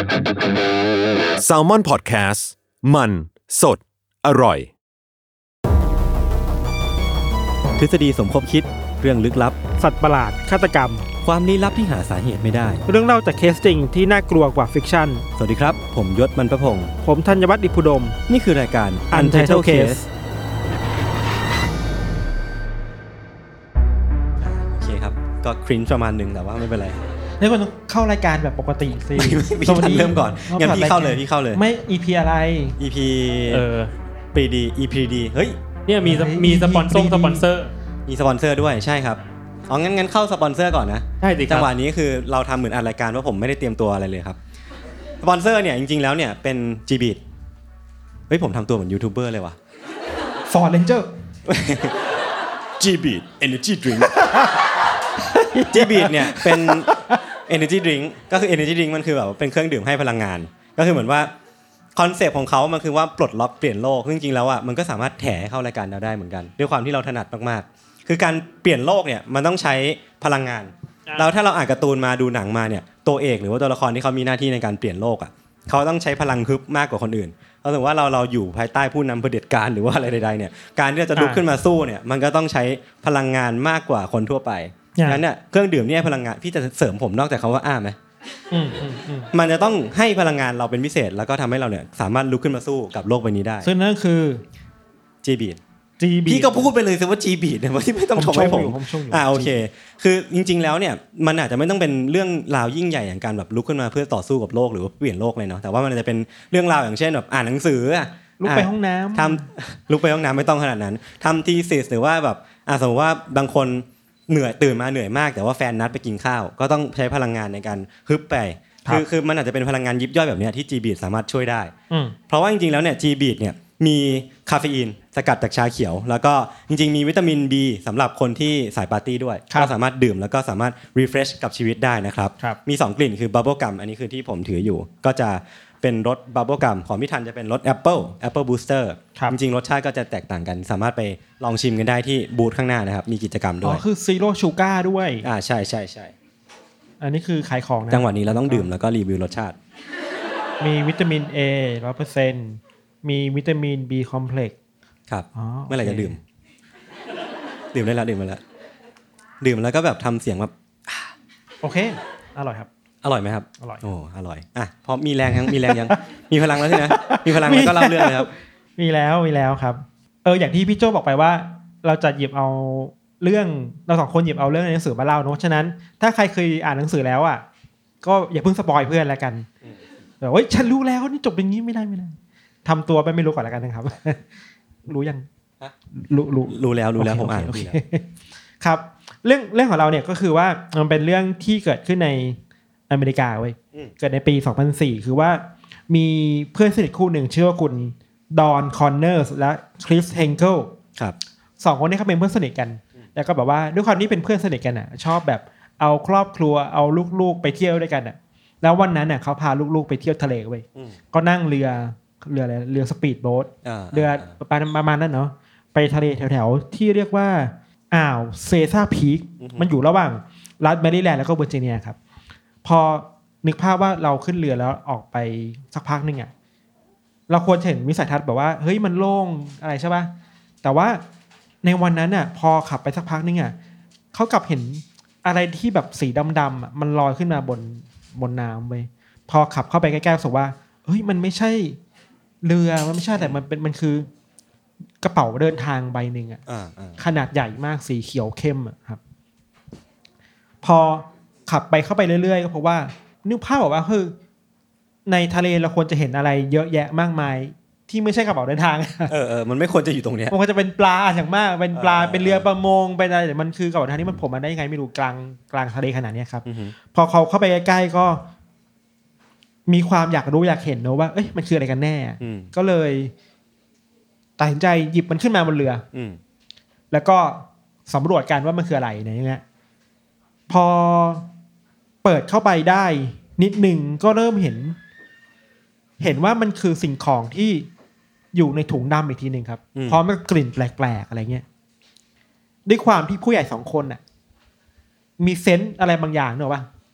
Salmon Podcast มันสดอร่อยทฤษฎีสมคบคิดเรื่องลึกลับสัตว์ประหลาดฆาตกรรมความลี้ลับที่หาสาเหตุไม่ได้เรื่องเล่าจากเคสจริงที่น่ากลัวกว่าฟิกชั่นสวัสดีครับผมยศมันประพงษ์ผมธัญวัฒน์อิพุดมนี่คือรายการ Untitled Case โอเคครับก็ครินช์ประมาณนึงแต่ว่าไม่เป็นไรนี่คนเข้ารายการแบบปกติสิสวัสดีเริ่มก่อนงั้นพี่เข้าเลยไม่ EP อะไร EP PD EPD เฮ้ยเนี่ยมีสปอนเซอร์มีสปอนเซอร์ด้วยใช่ครับงั้นเข้าสปอนเซอร์ก่อนนะใช่สิครับจังหวะนี้คือเราทำเหมือนอัดรายการว่าผมไม่ได้เตรียมตัวอะไรเลยครับสปอนเซอร์เนี่ยจริงๆแล้วเนี่ยเป็น G-Beat เฮ้ยผมทำตัวเหมือนยูทูบเบอร์เลยว่ะ Ford Ranger G-Beat Energy Drink G-Beat เนี่ยเป็น Energy Drink ก็คือ Energy Drink มันคือแบบเป็นเครื่องดื่มให้พลังงานก็คือเหมือนว่าคอนเซปต์ของเขามันคือว่าปลดล็อกเปลี่ยนโลกจริงๆแล้วอ่ะมันก็สามารถแถเข้ารายการเราได้เหมือนกันด้วยความที่เราถนัดมากๆคือการเปลี่ยนโลกเนี่ยมันต้องใช้พลังงานแล้วถ้าเราอ่านการ์ตูนมาดูหนังมาเนี่ยตัวเอกหรือว่าตัวละครที่เขามีหน้าที่ในการเปลี่ยนโลกอ่ะเขาต้องใช้พลังฮึบมากกว่าคนอื่นเราถือว่าเราอยู่ภายใต้ผู้นำเผด็จการหรือว่าอะไรใดๆเนี่ยการที่จะลุกขึ้นมาสู้เนี่ยมันก็ต้องใช้พลังงานมากกว่าคนทั่วไปงั้นเนี่ยเครื่องดื่มนี่ให้พลังงานพี่จะเสริมผมนอกจากคำว่าไหมมันจะต้องให้พลังงานเราเป็นพิเศษแล้วก็ทำให้เราเนี่ยสามารถลุกขึ้นมาสู้กับโลกใบนี้ได้ซึ่งนั่นคือ G-Beat พี่ก็พูดไปเลยสิว่า G-Beat เนี่ยที่ไม่ต้องชมให้ผมโอเคคือจริงๆแล้วเนี่ยมันอาจจะไม่ต้องเป็นเรื่องราวยิ่งใหญ่อย่างการแบบลุกขึ้นมาเพื่อต่อสู้กับโลกหรือว่าเปลี่ยนโลกเลยเนาะแต่ว่ามันจะเป็นเรื่องราวอย่างเช่นแบบอ่านหนังสือลุกไปห้องน้ำทำลุกไปห้องน้ำไม่ต้องขนาดนั้นทำทีซิสหรือว่าแบบสมมติว่าบางคนเหนื่อยตื่นมาเหนื่อยมากแต่ว่าแฟนนัดไปกินข้าวก็ต้องใช้พลังงานในการฮึบไปคือมันอาจจะเป็นพลังงานยิบย่อยแบบนี้ที่ G-Beat สามารถช่วยได้เพราะว่าจริงๆแล้วเนี่ย G-Beat เนี่ยมีคาเฟอีนสกัดจากชาเขียวแล้วก็จริงๆมีวิตามิน B สำหรับคนที่สายปาร์ตี้ด้วยก็สามารถดื่มแล้วก็สามารถ refresh กับชีวิตได้นะครับมี2กลิ่นคือ Bubble Gum อันนี้คือที่ผมถืออยู่ก็จะเป็นรส Bubble Gum ของพี่ทันจะเป็นรส Apple Booster จริงๆรสชาติก็จะแตกต่างกันสามารถไปลองชิมกันได้ที่บูธข้างหน้านะครับมีกิจกรรมด้วยคือ Zero Sugar ด้วยใช่ๆอันนี้คือขายของนะจังหวะนี้เราต้องดื่มแล้วก็รีวิวรสชาติมีวิตามิน A 100%มีวิตามิน B complex ครับเมื่อไหร่จะดื่มได้แล้วดื่มแล้วก็แบบทำเสียงแบบโอเคอร่อยครับอร่อยไหมครับอร่อยอร่อยพอมีแรงยังมีพลังแล้วใช่ไหมมีพลังแล้วก็เล่าเรื่องเลยครับมีแล้วครับอย่างที่พี่โจบอกไปว่าเราจะหยิบเอาเรื่องเรา2คนหยิบเอาเรื่องในหนังสือมาเล่าเนาะฉะนั้นถ้าใครเคยอ่านหนังสือแล้วก็อย่าเพิ่งสปอยเพื่อนแล้วกันแบบว่าฉันรู้แล้วนี่จบอย่างนี้ไม่ได้ทำตัวไปไม่รู้ก่อนแล้วกันนะครับรู้ยังรู้แล้วผมอ่านครับเรื่องของเราเนี่ยก็คือว่ามันเป็นเรื่องที่เกิดขึ้นในอเมริกาเว้ยเกิดในปี2004คือว่ามีเพื่อนสนิทคู่หนึ่งชื่อว่าคุณดอนคอนเนอร์สและคริสเฮงเกิลครับ 2คนนี้เขาเป็นเพื่อนสนิทกันแล้วก็แบบว่าด้วยความที่เป็นเพื่อนสนิทกันชอบแบบเอาครอบครัวเอาลูกๆไปเที่ยวด้วยกันแล้ววันนั้นเขาพาลูกๆไปเที่ยวทะเลเว้ยก็นั่งเรือสปีดโบ๊ทเรือประมาณนั้นเนาะไปทะเลแถวๆที่เรียกว่าอ่าวเซซาพีคมันอยู่ระหว่างรัฐแมริแลนด์แล้วก็เวอร์จิเนียครับพอนึกภาพว่าเราขึ้นเรือแล้วออกไปสักพักนึงเราควรเห็นวิสัยทัศน์แบบว่าเฮ้ยมันโล่งอะไรใช่ป่ะแต่ว่าในวันนั้นพอขับไปสักพักนึงเขากลับเห็นอะไรที่แบบสีดำๆมันลอยขึ้นมาบนน้ำเว้ยพอขับเข้าไปใกล้ๆรู้สึกว่าเฮ้ยมันไม่ใช่เรือมันไม่ใช่แต่มันคือกระเป๋าเดินทางใบนึงขนาดใหญ่มากสีเขียวเข้มครับพอขับไปเข้าไปเรื่อยๆก็เพราะว่านึกภาพบอกว่าคือในทะเลเราควรจะเห็นอะไรเยอะแยะมากมายที่ไม่ใช่กระเป๋าเดินทางมันไม่ควรจะอยู่ตรงนี้มันควรจะเป็นปลาอย่างมากเป็นปลาเป็นเรือประมงเป็นอะไรแต่มันคือกระเป๋าเดินทางที่มันโผล่มาได้ยังไงไม่รู้กลางทะเลขนาดนี้ครับพอเขาเข้าไปใกล้ๆก็มีความอยากรู้อยากเห็นนะว่าเอ้ยมันคืออะไรกันแน่ก็เลยตัดสินใจหยิบมันขึ้นมาบนเรือแล้วก็สำรวจกันว่ามันคืออะไรอย่างเงี้ยพอเปิดเข้าไปได้นิดนึงก็เริ่มเห็นว่ามันคือสิ่งของที่อยู่ในถุงดำอีกทีนึงครับพร้อมกับกลิ่นแปลกๆอะไรเงี้ยด้วยความที่ผู้ใหญ่2คนมีเซนส์อะไรบางอย่างเนอะป่ะ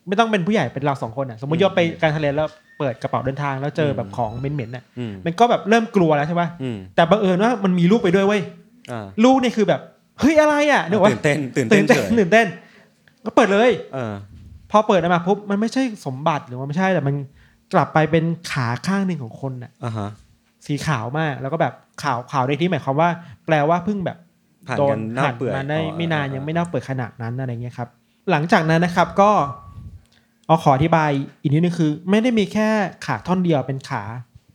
ไม่ต้องเป็นผู้ใหญ่เป็นเรา2คนอ่ะสมมติยศไปการทะเลแล้วเปิดกระเป๋าเดินทางแล้วเจอแบบของเหม็นๆน่ะมันก็แบบเริ่มกลัวแล้วใช่ป่ะแต่บังเอิญว่ามันมีลูกไปด้วยเว้ยลูกนี่คือแบบเฮ้ยอะไรอ่ะนึกว่าตื่นเต้นก็เปิดเลยพอเปิดออกมาปุ๊บมันไม่ใช่สมบัติหรือว่าไม่ใช่แต่มันกลับไปเป็นขาข้างนึงของคนน่ะสีขาวมากแล้วก็แบบขาวในที่หมายความว่าแปลว่าเพิ่งแบบโดนหั่นมาได้ไม่นานยังไม่เน่าเปื่อยขนาดนั้นอะไรเงี้ยครับหลังจากนั้นนะครับก็ขออธิบายอีกนิดนึงคือไม่ได้มีแค่ขาท่อนเดียวเป็นขา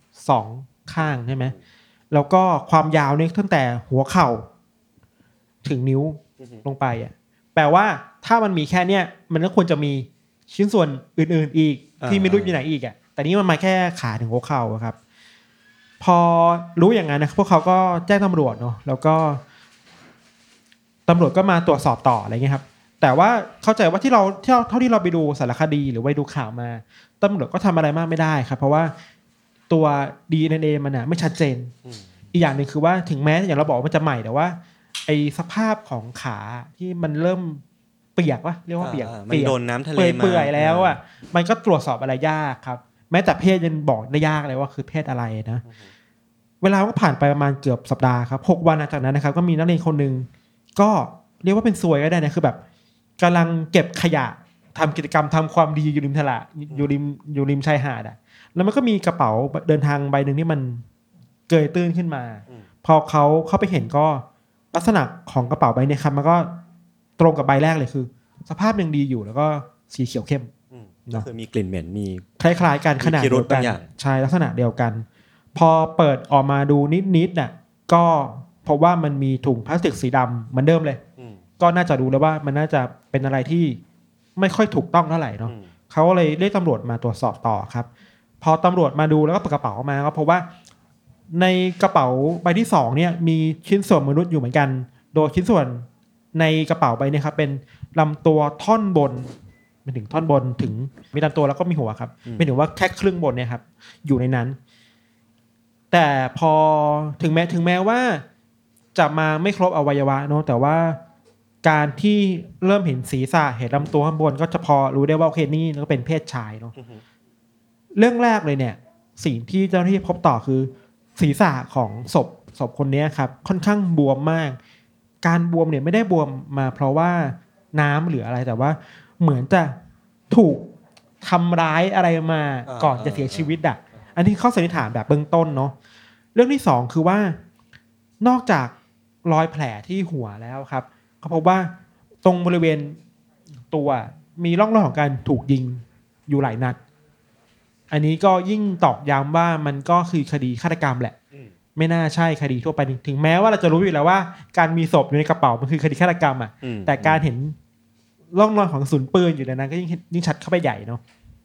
2ข้างใช่ไหมแล้วก็ความยาวเนี่ยตั้งแต่หัวเข่าถึงนิ้วลงไปอ่ะแปลว่าถ้ามันมีแค่เนี้ยมันก็ควรจะมีชิ้นส่วนอื่นๆอีกที่ไม่รู้อยู่ไหนอีกอ่ะแต่นี้มันมาแค่ขาถึงหัวเข่าครับพอรู้อย่างนั้นนะพวกเขาก็แจ้งตำรวจเนาะแล้วก็ตำรวจก็มาตรวจสอบต่ออะไรเงี้ยครับแต่ว่าเข้าใจว่าเท่าที่เราไปดูสารคดีหรือไปดูข่าวมาตำรวจก็ทำอะไรมากไม่ได้ครับเพราะว่าตัว DNA มันน่ะไม่ชัดเจนอีกอย่างนึงคือว่าถึงแม้อย่างเราบอกว่ามันจะใหม่แต่ว่าไอสภาพของขาที่มันเริ่มเปียกวะเรียกว่าเปียกมันโดนน้ำทะเลมาเปื่อยแล้วอ่ะมันก็ตรวจสอบอะไรยากครับแม้แต่เพศยังบอกได้ยากเลยว่าคือเพศอะไรนะเวลาก็ผ่านไปประมาณเกือบสัปดาห์ครับ6 วันจากนั้นนะครับก็มีนักเรียนคนนึงก็เรียกว่าเป็นซวยก็ได้นะคือแบบกำลังเก็บขยะทำกิจกรรมทำความดีอยู่ริมทะเลอยู่ริมชายหาดอ่ะแล้วมันก็มีกระเป๋าเดินทางใบหนึ่งที่มันเกยตื้นขึ้นมาพอเขาเข้าไปเห็นก็ลักษณะของกระเป๋าใบนี้ครับมันก็ตรงกับใบแรกเลยคือสภาพยังดีอยู่แล้วก็สีเขียวเข้มก็คือมีกลิ่นเหม็นมีคล้ายๆกันขนาดเดียวกันใช่ลักษณะเดียวกันพอเปิดออกมาดูนิดๆน่ะก็พบว่ามันมีถุงพลาสติกสีดำเหมือนเดิมเลยก็น่าจะรู้แล้วว่ามันน่าจะเป็นอะไรที่ไม่ค่อยถูกต้องเท่าไหร่เนาะเขาก็เลยเรียกตำรวจมาตรวจสอบต่อครับพอตำรวจมาดูแล้วก็เปิดกระเป๋าออกมาก็พบว่าในกระเป๋าใบที่2เนี่ยมีชิ้นส่วนมนุษย์อยู่เหมือนกันโดยชิ้นส่วนในกระเป๋าใบนี้ครับเป็นลำตัวท่อนบนไม่ถึงท่อนบนถึงมีลำตัวแล้วก็มีหัวครับไม่ถึงว่าแค่ครึ่งบนเนี่ยครับอยู่ในนั้นแต่พอถึงแม้ว่าจะมาไม่ครบอวัยวะเนาะแต่ว่าการที่เริ่มเห็นศีรษะเห็นลำตัวข้างบนก็จะพอรู้ได้ว่าโอเคนี่ก็เป็นเพศชายเนาะเรื่องแรกเลยเนี่ยสิ่งที่เจ้าหน้าที่พบต่อคือศีรษะของศพคนนี้ครับค่อนข้างบวมมากการบวมเนี่ยไม่ได้บวมมาเพราะว่าน้ำหรืออะไรแต่ว่าเหมือนจะถูกทำร้ายอะไรมาก่อนจะเสียชีวิตอ่ะอันนี้ข้อสันนิษฐานแบบเบื้องต้นเนาะเรื่องที่2คือว่านอกจากรอยแผลที่หัวแล้วครับเขาพบว่าตรงบริเวณตัวมีร่องรอยของการถูกยิงอยู่หลายนัดอันนี้ก็ยิ่งตอกย้ำว่ามันก็คือคดีฆาตกรรมแหละไม่น่าใช่คดีทั่วไปถึงแม้ว่าเราจะรู้อยู่แล้วว่าการมีศพอยู่ในกระเป๋ามันคือคดีฆาตกรรมอ่ะแต่การเห็นร่องรอยของกระสุนปืนอยู่ในนั้นก็ยิ่งชัดเข้าไปใหญ่เนาะ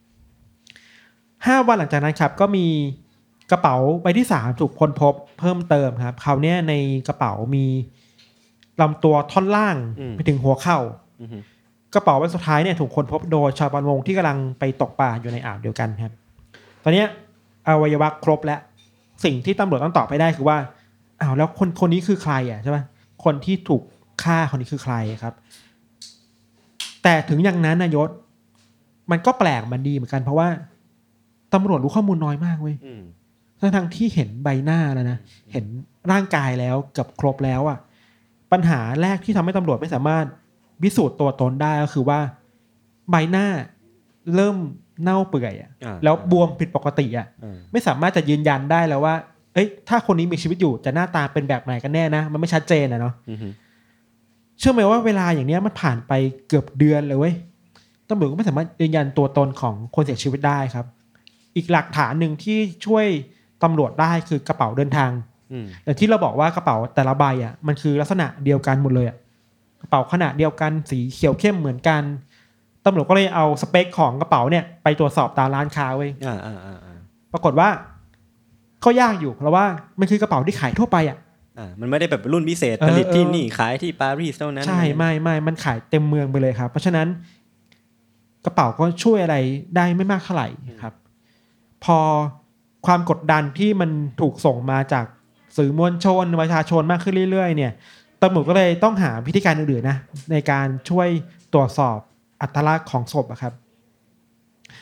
5 วันหลังจากนั้นครับก็มีกระเป๋าใบที่3ถูกค้นพบเพิ่มเติมครับคราวนี้ในกระเป๋ามีลำตัวท่อนล่างไปถึงหัวเข่ากระเป๋าใบสุดท้ายเนี่ยถูกค้นพบโดยชาวประมงที่กำลังไปตกปลาอยู่ในอ่าวเดียวกันครับตอนนี้อวัยวะครบแล้วสิ่งที่ตำรวจต้องตอบไปได้คือว่าอ้าวแล้วคนนี้คือใครอ่ะใช่ไหมคนที่ถูกฆ่าคนนี้คือใครครับแต่ถึงอย่างนั้นนายศมันก็แปลกมันดีเหมือนกันเพราะว่าตำรวจรู้ข้อมูลน้อยมากเว้ยทั้งที่เห็นใบหน้าแล้วนะเห็นร่างกายแล้วกับครบแล้วอ่ะปัญหาแรกที่ทำให้ตำรวจไม่สามารถพิสูจน์ตัวตนได้ก็คือว่าใบหน้าเริ่มเน่าเปื่อยแล้วบวมผิดปกติไม่สามารถจะยืนยันได้แล้วว่าเอ้ยถ้าคนนี้มีชีวิตอยู่จะหน้าตาเป็นแบบไหนกันแน่นะมันไม่ชัดเจนเนาะเชื่อไหมว่าเวลาอย่างนี้มันผ่านไปเกือบเดือนเลยเว้ยตำรวจก็ไม่สามารถยืนยันตัวตนของคนเสียชีวิตได้ครับอีกหลักฐานหนึ่งที่ช่วยตำรวจได้คือกระเป๋าเดินทางอย่างที่เราบอกว่ากระเป๋าแต่ละใบมันคือลักษณะเดียวกันหมดเลยกระเป๋าขนาดเดียวกันสีเขียวเข้มเหมือนกันตำรวจก็เลยเอาสเปคของกระเป๋าเนี่ยไปตรวจสอบตามร้านค้าเว้ยปรากฏว่าก็ยากอยู่เพราะว่ามันคือกระเป๋าที่ขายทั่วไปมันไม่ได้แบบรุ่นพิเศษผลิตที่นี่ขายที่ปารีสเท่านั้นใช่ไม่มันขายเต็มเมืองไปเลยครับเพราะฉะนั้นกระเป๋าก็ช่วยอะไรได้ไม่มากเท่าไหร่ครับพอความกดดันที่มันถูกส่งมาจากสื่อมวลชนประชาชนมากขึ้นเรื่อยๆเนี่ยตำรวจก็เลยต้องหาวิธีการอื่นๆนะในการช่วยตรวจสอบอัตลักษณ์ของศพครับ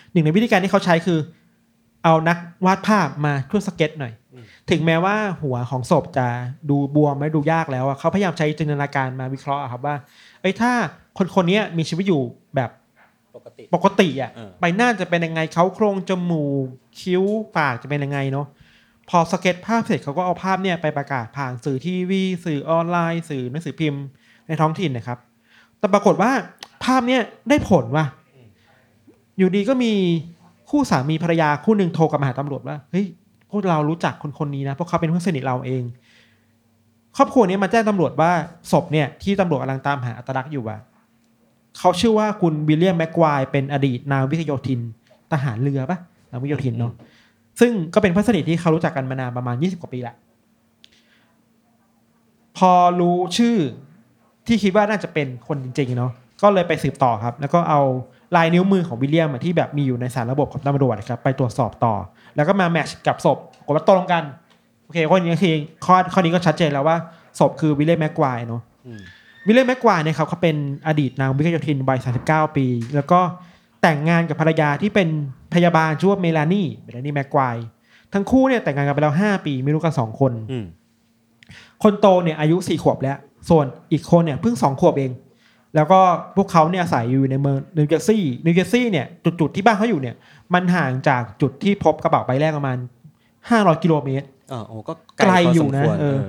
หนึ่งในวิธีการที่เขาใช้คือเอานักวาดภาพมาช่วยสเก็ตหน่อยถึงแม้ว่าหัวของศพจะดูบวมและดูยากแล้วเขาพยายามใช้จินตนาการมาวิเคราะห์ครับว่าถ้าคนนี้มีชีวิตอยู่แบบปกติใบหน้าจะเป็นยังไงเขาโครงจมูกคิ้วปากจะเป็นยังไงเนาะพอสเก็ตภาพเสร็จเขาก็เอาภาพเนี่ยไปประกาศผ่านสื่อทีวีสื่อออนไลน์สื่อหนังสือพิมพ์ในท้องถิ่นนะครับแต่ปรากฏว่าภาพเนี่ยได้ผลว่ะอยู่ดีก็มีคู่สามีภรรยาคู่หนึ่งโทรกลับมาหาตำรวจว่าเฮ้ยพวกเรารู้จักคนนี้นะเพราะเขาเป็นเพื่อนสนิทเราเองครอบครัวนี้มาแจ้งตำรวจว่าศพเนี่ยที่ตำรวจกำลังตามหาอัตลักษณ์อยู่เขาชื่อว่าคุณวิลเลียมแม็กควายเป็นอดีตนาวิกโยธินทหารเรือปะนาวิกโยธินเนาะซึ่งก็เป็นเพื่อนสนิทที่เขารู้จักกันมานานประมาณ20กว่าปีละพอรู้ชื่อที่คิดว่าน่าจะเป็นคนจริงๆเนาะก็เลยไปสืบต่อครับแล้วก็เอาลายนิ้วมือของวิลเลียมที่แบบมีอยู่ในสารระบบของตำรวจครับไปตรวจสอบต่อแล้วก็มาแมทช์กับศพก็ตรงกันโอเคข้อนี้คือข้อนี้ก็ชัดเจนแล้วว่าศพคือวิลเลียมแม็กควายเนาะวิลเลียมแม็กควายเนี่ยเขาเป็นอดีตนางวิกโยธินวัย39ปีแล้วก็แต่งงานกับภรรยาที่เป็นพยาบาลชื่อว่าเมลานีแม็กควายทั้งคู่เนี่ยแต่งงานกันไปแล้ว5ปีมีลูกกัน2คนคนโตเนี่ยอายุ4ขวบแล้วส่วนอีกคนเนี่ยเพิ่ง2ขวบเองแล้วก็พวกเขาเนี่ยอาศัยอยู่ในเมืองนิวเจอร์ซีย์เนี่ยจุดที่บ้านเขาอยู่เนี่ยมันห่างจากจุดที่พบกระเป๋าใบแรกประมาณ500 กิโลเมตรก็ไกลอยู่นะ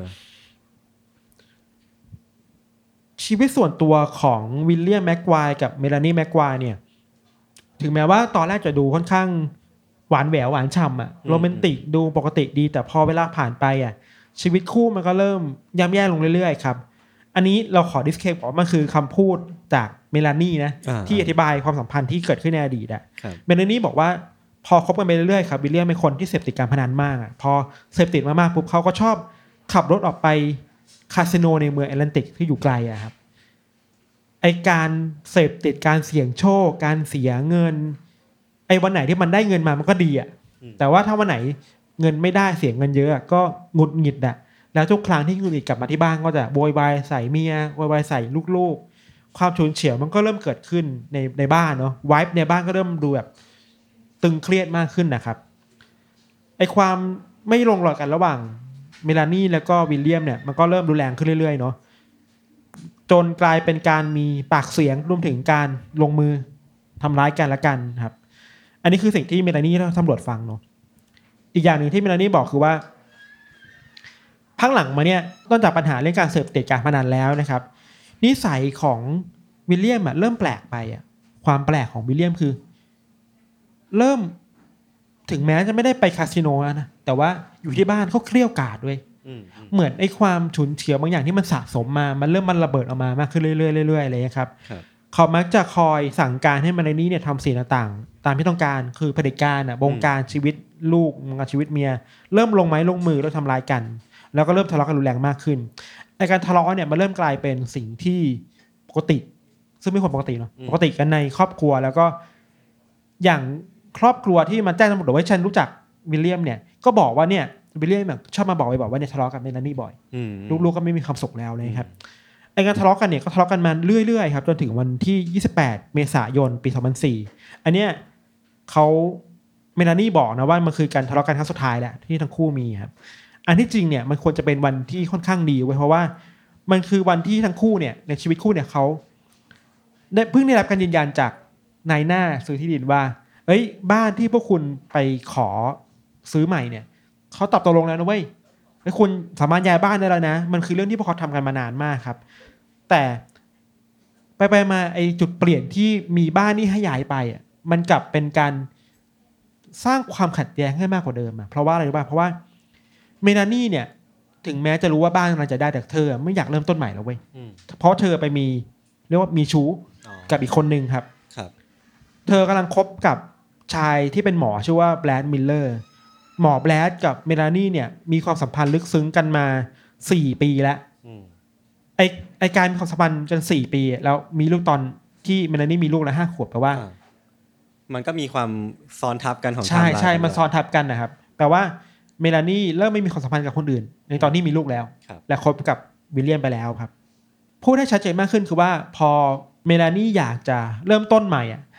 ชีวิตส่วนตัวของวิลเลียมแม็กควายกับเมลานีแม็กควายเนี่ยถึงแม้ว่าตอนแรกจะดูค่อนข้างหวานแหววหวานฉ่ำโรแมนติกดูปกติดีแต่พอเวลาผ่านไปชีวิตคู่มันก็เริ่มย่ำแย่ลงเรื่อยๆครับอันนี้เราขอดิสเคปบอกว่ามันคือคำพูดจากเมลานีนะที่อธิบายความสัมพันธ์ที่เกิดขึ้นในอดีตเมลานีบอกว่าพอคบกันไปเรื่อยๆครับวิลเลียมเป็นคนที่เสพติดการพนันมากพอเสพติดมากๆปุ๊บเขาก็ชอบขับรถออกไปคาสิโนในเมืองแอตแลนติกที่อยู่ไกลครับไอการเสพติดการเสี่ยงโชคการเสียเงินไอวันไหนที่มันได้เงินมามันก็ดีแต่ว่าถ้าวันไหนเงินไม่ได้เสียเงินเยอะก็หงุดหงิดแล้วทุกครั้งที่หงุดหงิดกลับมาที่บ้านก็จะโวยวายใส่เมียโวยวายใส่ลูกๆความฉุนเฉียวมันก็เริ่มเกิดขึ้นในบ้านเนาะไวฟ์ในบ้านก็เริ่มดูแบบตึงเครียดมากขึ้นนะครับไอความไม่ลงรอยกันระหว่างเมลานีแล้วก็วิลเลียมเนี่ยมันก็เริ่มรุนแรงขึ้นเรื่อยๆเนาะจนกลายเป็นการมีปากเสียงรวมถึงการลงมือทำร้ายกันและกันครับอันนี้คือสิ่งที่เมลานีตำรวจฟังเนาะอีกอย่างหนึ่งที่เมลานีบอกคือว่าพักหลังมาเนี่ยต้นจากปัญหาเรื่องการเสพติดการพนันแล้วนะครับนิสัยของวิลเลียมเริ่มแปลกไปความแปลกของวิลเลียมคือเริ่มถึงแม้จะไม่ได้ไปคาสิโนนะแต่ว่าอยู่ที่บ้านเขาเครี้ยวกราดด้วยเหมือนไอ้ความฉุนเฉียวบางอย่างที่มันสะสมมามันเริ่มมันระเบิดออกมามากขึ้นเรื่อยๆเรื่อยๆอะไรครับเขามักจะคอยสั่งการให้เมลานีเนี่ยทำสิ่งต่างๆตามที่ต้องการคือเผด็จการบงการชีวิตลูกชีวิตเมียเริ่มลงไม้ลงมือแล้วทำร้ายกันแล้วก็เริ่มทะเลาะกันรุนแรงมากขึ้นในการทะเลาะเนี่ยมันเริ่มกลายเป็นสิ่งที่ปกติซึ่งไม่ควรปกติเนาะปกติกันในครอบครัวแล้วก็อย่างครอบครัวที่มันแจ้งตำรวจว่าฉันรู้จักวิลเลียมเนี่ยก็บอกว่าเนี่ยวิลเลียมชอบมาบอกว่าเนี่ยทะเลาะกับเมลานีบ่อยลูกๆก็ไม่มีความสุขแล้วเลยครับไอ้การทะเลาะกันเนี่ยก็ทะเลาะกันมาเรื่อยๆครับจนถึงวันที่28เมษายนปี2004อันเนี้ยเขาเมลานีบอกนะว่ามันคือการทะเลาะกันครั้งสุดท้ายแหละที่ทั้งคู่มีครับอันที่จริงเนี่ยมันควรจะเป็นวันที่ค่อนข้างดีไว้เพราะว่ามันคือวันที่ทั้งคู่เนี่ยในชีวิตคู่เนี่ยเขาเพิ่งได้รับการยืนยันจากนายหน้าซื้อที่ดินว่าบ้านที่พวกคุณไปขอซื้อใหม่เนี่ยเขาตอบตกลงแล้วนะเว้ยคุณสามารถย้ายบ้านได้แล้วนะมันคือเรื่องที่พวกเขาทำกันมานานมากครับแต่ไปมาไอ้จุดเปลี่ยนที่มีบ้านนี่ให้ย้ายไปมันกลับเป็นการสร้างความขัดแย้งให้มากกว่าเดิมเพราะว่าอะไรรู้ป่ะเพราะว่าเมลานีเนี่ยถึงแม้จะรู้ว่าบ้านมันจะได้แต่เธอไม่อยากเริ่มต้นใหม่แล้วเว้ยเพราะเธอไปมีเรียกว่ามีชู้กับอีกคนนึงครับเธอกำลังคบกับชายที่เป็นหมอชื่อว่าแบรดมิลเลอร์หมอแบรดกับเมลานีเนี่ยมีความสัมพันธ์ลึกซึ้งกันมา4 ปีแล้วไอการมีความสัมพันธ์กัน4 ปีแล้วมีลูกตอนที่เมลานีมีลูกแล้ว5 ขวบแปลว่ามันก็มีความซ้อนทับกันของใช่มันซ้อนทับกันนะครับแปลว่าเมลานีเริ่มไม่มีความสัมพันธ์กับคนอื่นในตอนที่มีลูกแล้วและคบกับวิลเลียมไปแล้วครับพูดให้ชัดเจนมากขึ้นคือว่าพอเมลานีอยากจะเริ่มต้นใหม่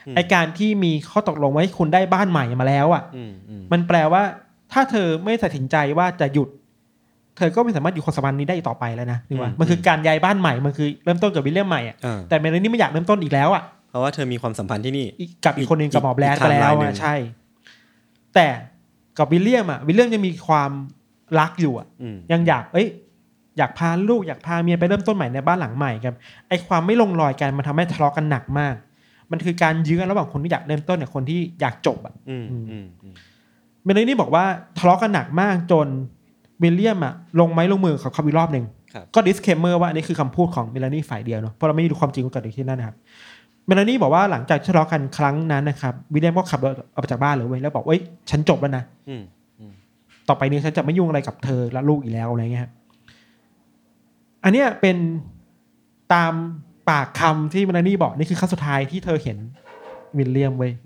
ไอการที่มีข้อตกลงว่าให้คุณได้บ้านใหม่มาแล้วอ่ะมันแปลว่าถ้าเธอไม่ตัดสินใจว่าจะหยุดเธอก็ไม่สามารถอยู่ความสัมพันธ์นี้ได้ต่อไปแล้วนะนี่ว่ามันคือการย้ายบ้านใหม่มันคือเริ่มต้นกับวิลเลียมใหม่อ่ะแต่เมลานี่ไม่อยากเริ่มต้นอีกแล้วอ่ะเพราะว่าเธอมีความสัมพันธ์ที่นี่กับอีกคนนึงกับหมอแบล็ดไปแล้วอ่ะใช่แต่กับวิลเลียมอ่ะวิลเลียมยังมีความรักอยู่อ่ะยังอยากพาลูกอยากพาเมียไปเริ่มต้นใหม่ในบ้านหลังใหม่ครับไอ้ความไม่ลงรอยกันมันทำให้ทะเลาะกันหนักมากมันคือการยื้อกันระหว่างคนที่อยากเริ่มต้นกับคนที่อยากจบอ่ะเมลานี่บอกว่าทะเลาะกันหนักมากจนวิลเลียมอ่ะลงไม้ลงมือเขาอีกรอบนึงก็ disclaimer ว่าอันนี้คือคำพูดของเมลานี่ฝ่ายเดียวเนาะเพราะเราไม่รู้ความจริงว่าเกิดอะไรขึ้นนั่นนะครับเมลานี่บอกว่าหลังจากทะเลาะกันครั้งนั้นนะครับวิลเลียมก็ขับรถออกจากบ้านเลยเว้ยแล้วบอกฉันจบแล้วนะต่อไปนี้ฉันจะไม่ยุ่งอะไรกับเธอและลูกอีกแล้วอะไรเงี้ยครับอันเนี้ยเป็นตามปากคำที่เมลานี่บอกนี่คือครั้งสุดท้ายที่เธอเห็นวิลเลียมเว้ย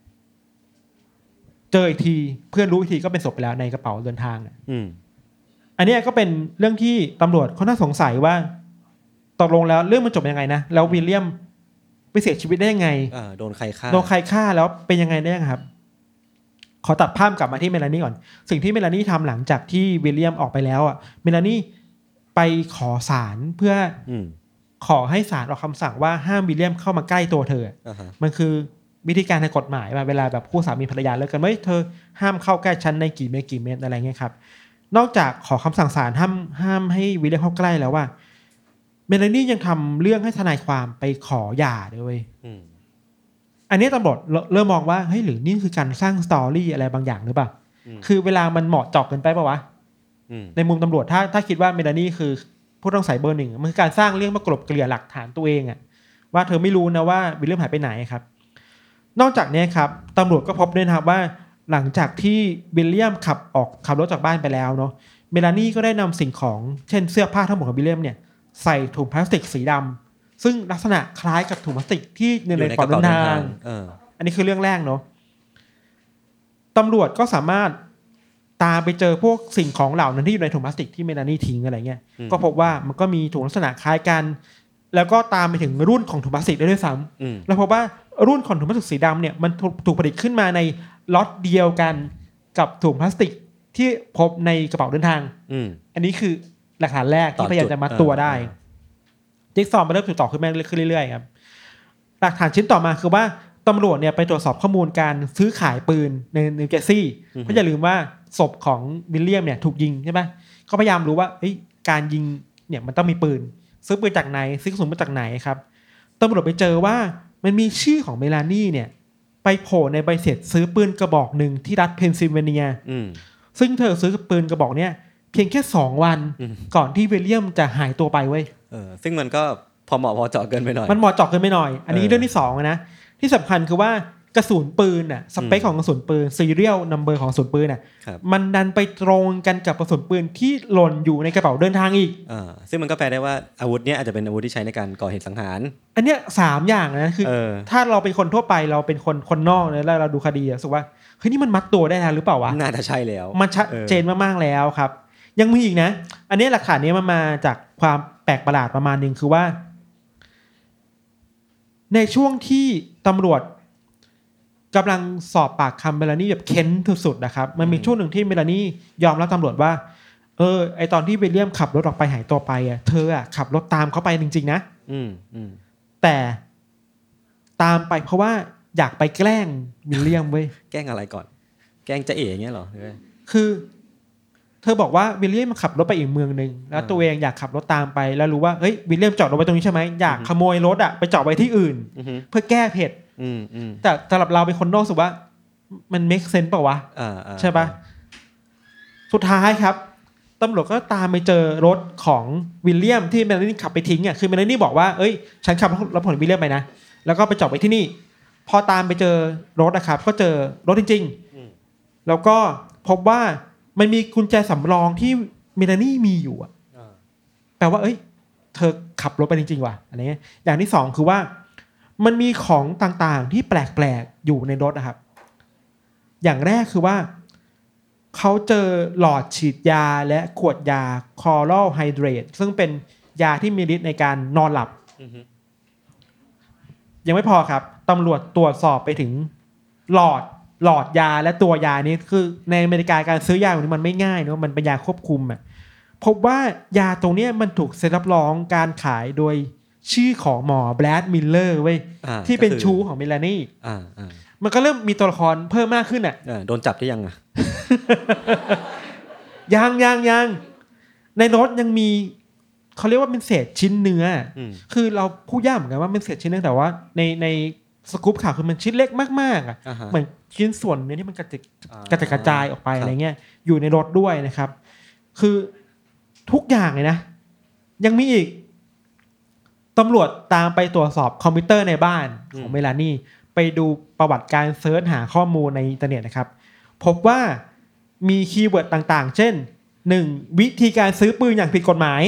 เจออีกทีเพื่อนรู้อีกทีก็เป็นศพไปแล้วในกระเป๋าเดินทางอันนี้ก็เป็นเรื่องที่ตำรวจเขาน่าสงสัยว่าตกลงแล้วเรื่องมันจบยังไงนะแล้ววิลเลียมไปเสียชีวิตได้ยังไงโดนใครฆ่าแล้วเป็นยังไงได้ครับขอตัดภาพกลับมาที่เมลานี่ก่อนสิ่งที่เมลานี่ทำหลังจากที่วิลเลียมออกไปแล้วเมลานี่ไปขอศาลเพื่อขอให้ศาลออกคำสั่งว่าห้ามวิลเลียมเข้ามาใกล้ตัวเธอมันคือวิธีการทางกฎหมายเวลาแบบคู่สามีภรรยาเลิกกันเธอห้ามเข้าใกล้ฉันในกี่เมตรอะไรเงี้ยครับนอกจากขอคำสั่งศาลห้ามให้วิลเลียมเข้าใกล้แล้วว่าเมลานี่ยังทำเรื่องให้ทนายความไปขอหย่าด้วยอันนี้ตำรวจเริ่มมองว่าเฮ้ยหรือนี่คือการสร้างสตอรี่อะไรบางอย่างหรือเปล่าคือเวลามันเหมาะเจาะเกินไปป่าวะในมุมตำรวจถ้าคิดว่าเมลานี่คือผู้ต้องสงสัยเบอร์หนึ่งมันคือการสร้างเรื่องมากลบเกลี่ยหลักฐานตัวเองว่าเธอไม่รู้นะว่าวิลเลียมหายไปไหนครับนอกจากนี้ครับตำรวจก็พบด้วยนะครับว่าหลังจากที่วิลเลียมขับรถจากบ้านไปแล้วเนาะเมลานี่ก็ได้นำสิ่งของเช่นเสื้อผ้าทั้งหมดของวิลเลียมเนี่ยใส่ถุงพลาสติกสีดำซึ่งลักษณะคล้ายกับถุงพลาสติกที่ในกระเป๋าเดินทางอันนี้คือเรื่องแรกเนาะตำรวจก็สามารถตามไปเจอพวกสิ่งของเหล่านั้นที่อยู่ในถุงพลาสติกที่เมลานี่ทิ้งอะไรเงี้ยก็พบว่ามันก็มีถุงลักษณะคล้ายกันแล้วก็ตามไปถึงรุ่นของถุงพลาสติกได้ด้วยซ้ำแล้วพบว่ารุ่นของถุงพลาสติกสีดำเนี่ยมันถูกผลิตขึ้นมาในล็อตเดียวกันกับถุงพลาสติกที่พบในกระเป๋าเดินทางอันนี้คือหลักฐานแรกที่พยายามจะมัดตัวได้จิ๊กซอว์มันเริ่มถูกต่อขึ้นเรื่อยๆครับหลักฐานชิ้นต่อมาคือว่าตำรวจเนี่ยไปตรวจสอบข้อมูลการซื้อขายปืนในนิวเจอร์ซีย์เพราะอย่าลืมว่าศพของวิลเลียมเนี่ยถูกยิงใช่ไหมก็พยายามรู้ว่าการยิงเนี่ยมันต้องมีปืนซื้อปืนจากไหนซื้อกระสุนมาจากไหนครับตำรวจไปเจอว่ามันมีชื่อของเมลานี่เนี่ยไปโผล่ในใบเสร็จซื้อปืนกระบอกหนึ่งที่รัฐเพนซิลเวเนียซึ่งเธอซื้อปืนกระบอกเนี่ยเพียงแค่2 วันก่อนที่วิลเลียมจะหายตัวไปเว้ยซึ่งมันก็พอเหมาะพอเจาะเกินไปหน่อยมันเหมาะเจาะเกินไปหน่อยอันนี้เรื่องที่2นะที่สำคัญคือว่ากระสุนปืนสเปคของกระสุนปืนซีเรียลนัมเบอร์ของกระสุนปืนมันดันไปตรงกันกับกระสุนปืนที่หล่นอยู่ในกระเป๋าเดินทางอีกซึ่งมันก็แปลได้ว่าอาวุธเนี้ยอาจจะเป็นอาวุธที่ใช้ในการก่อเหตุสังหารอันเนี้ย3อย่างนะคือถ้าเราเป็นคนทั่วไปเราเป็นคนนอกแล้วเราดูคดีรู้สึกว่าเฮ้ยนี่มันมัดตัวได้แล้วหรือเปล่าวะน่าจะใช่แล้วมันชัดเจนมากๆแล้วครับยังมีอีกนะอันนี้หลักฐานนี้มันมาจากความแปลกประหลาดประมาณนึงคือว่าในช่วงที่ตำรวจกำลังสอบปากคำเมลานี่แบบเค้นสุดๆนะครับมันมีช่วงหนึ่งที่เมลานี่ยอมรับตำรวจว่าไอตอนที่วิลเลียมขับรถออกไปหายตัวไปเธอขับรถตามเขาไปจริงๆนะแต่ตามไปเพราะว่าอยากไปแกล้งวิลเลียมเว้ยแกล้งอะไรก่อนแกล้งจะเอ๋อย่างเงี้ยเหรอคือเธอบอกว่าวิลเลียมขับรถไปอีกเมืองนึงแล้วตัวเองอยากขับรถตามไปแล้วรู้ว่าเฮ้ยวิลเลียมจอดรถไว้ตรงนี้ใช่ไหมอยากขโมยรถไปจอดไว้ที่อื่นเพื่อแก้เผ็ดแต่สำหรับเราเป็นคนนอกสุดว่ามัน make sense ป่าววะใช่ปะสุดท้ายครับตำรวจก็ตามไปเจอรถของวิลเลียมที่เมลานี่ขับไปทิ้งคือเมลานี่บอกว่าฉันขับรถของวิลเลียมไปนะแล้วก็ไปจอดไว้ที่นี่พอตามไปเจอรถนะครับก็เจอรถจริงๆแล้วก็พบว่ามันมีกุญแจสำรองที่เมลานี่มีอยู่แปลว่าเธอขับรถไปจริงๆว่ะอะไรเงี้ยอย่างที่2คือว่ามันมีของต่างๆที่แปลกๆอยู่ในรถนะครับอย่างแรกคือว่าเขาเจอหลอดฉีดยาและขวดยาคอรัลไฮเดรตซึ่งเป็นยาที่มีฤทธิ์ในการนอนหลับยังไม่พอครับตำรวจตรวจสอบไปถึงหลอดยาและตัวยานี้คือในอเมริกาการซื้อยาตรงนี้มันไม่ง่ายเนอะมันเป็นยาควบคุมอ่ะพบว่ายาตรงนี้มันถูกเซ็นรับรองการขายโดยชื่อของหมอแบรดมิลเลอร์เว้ยที่เป็นชู้ของเมลานีมันก็เริ่มมีตัวละครเพิ่มมากขึ้นอ่ะโดนจับได้ยังอ่ะยังในรถยังมีเขาเรียกว่าเป็นเศษชิ้นเนื้อคือเราพูดยากเหมือนกันว่าเป็นเศษชิ้นเนื้อแต่ว่าในสกู๊ปข่าวคือมันชิ้นเล็กมากๆอ่ะเหมือนชิ้นส่วนเนื้อที่มันกระจายออกไปอะไรเงี้ยอยู่ในรถด้วยนะครับคือทุกอย่างเลยนะยังมีอีกตำรวจตามไปตรวจสอบคอมพิวเตอร์ในบ้านของเมลานีไปดูประวัติการเสิร์ชหาข้อมูลในอินเทอร์เน็ตนะครับพบว่ามีคีย์เวิร์ดต่างๆเช่น1วิธีการซื้อปืนอย่างผิดกฎหมาย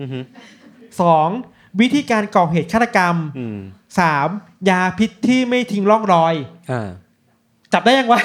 2วิธีการก่อเหตุฆาตกรรม3ยาพิษที่ไม่ทิ้งร่องรอยจับได้ยังวะ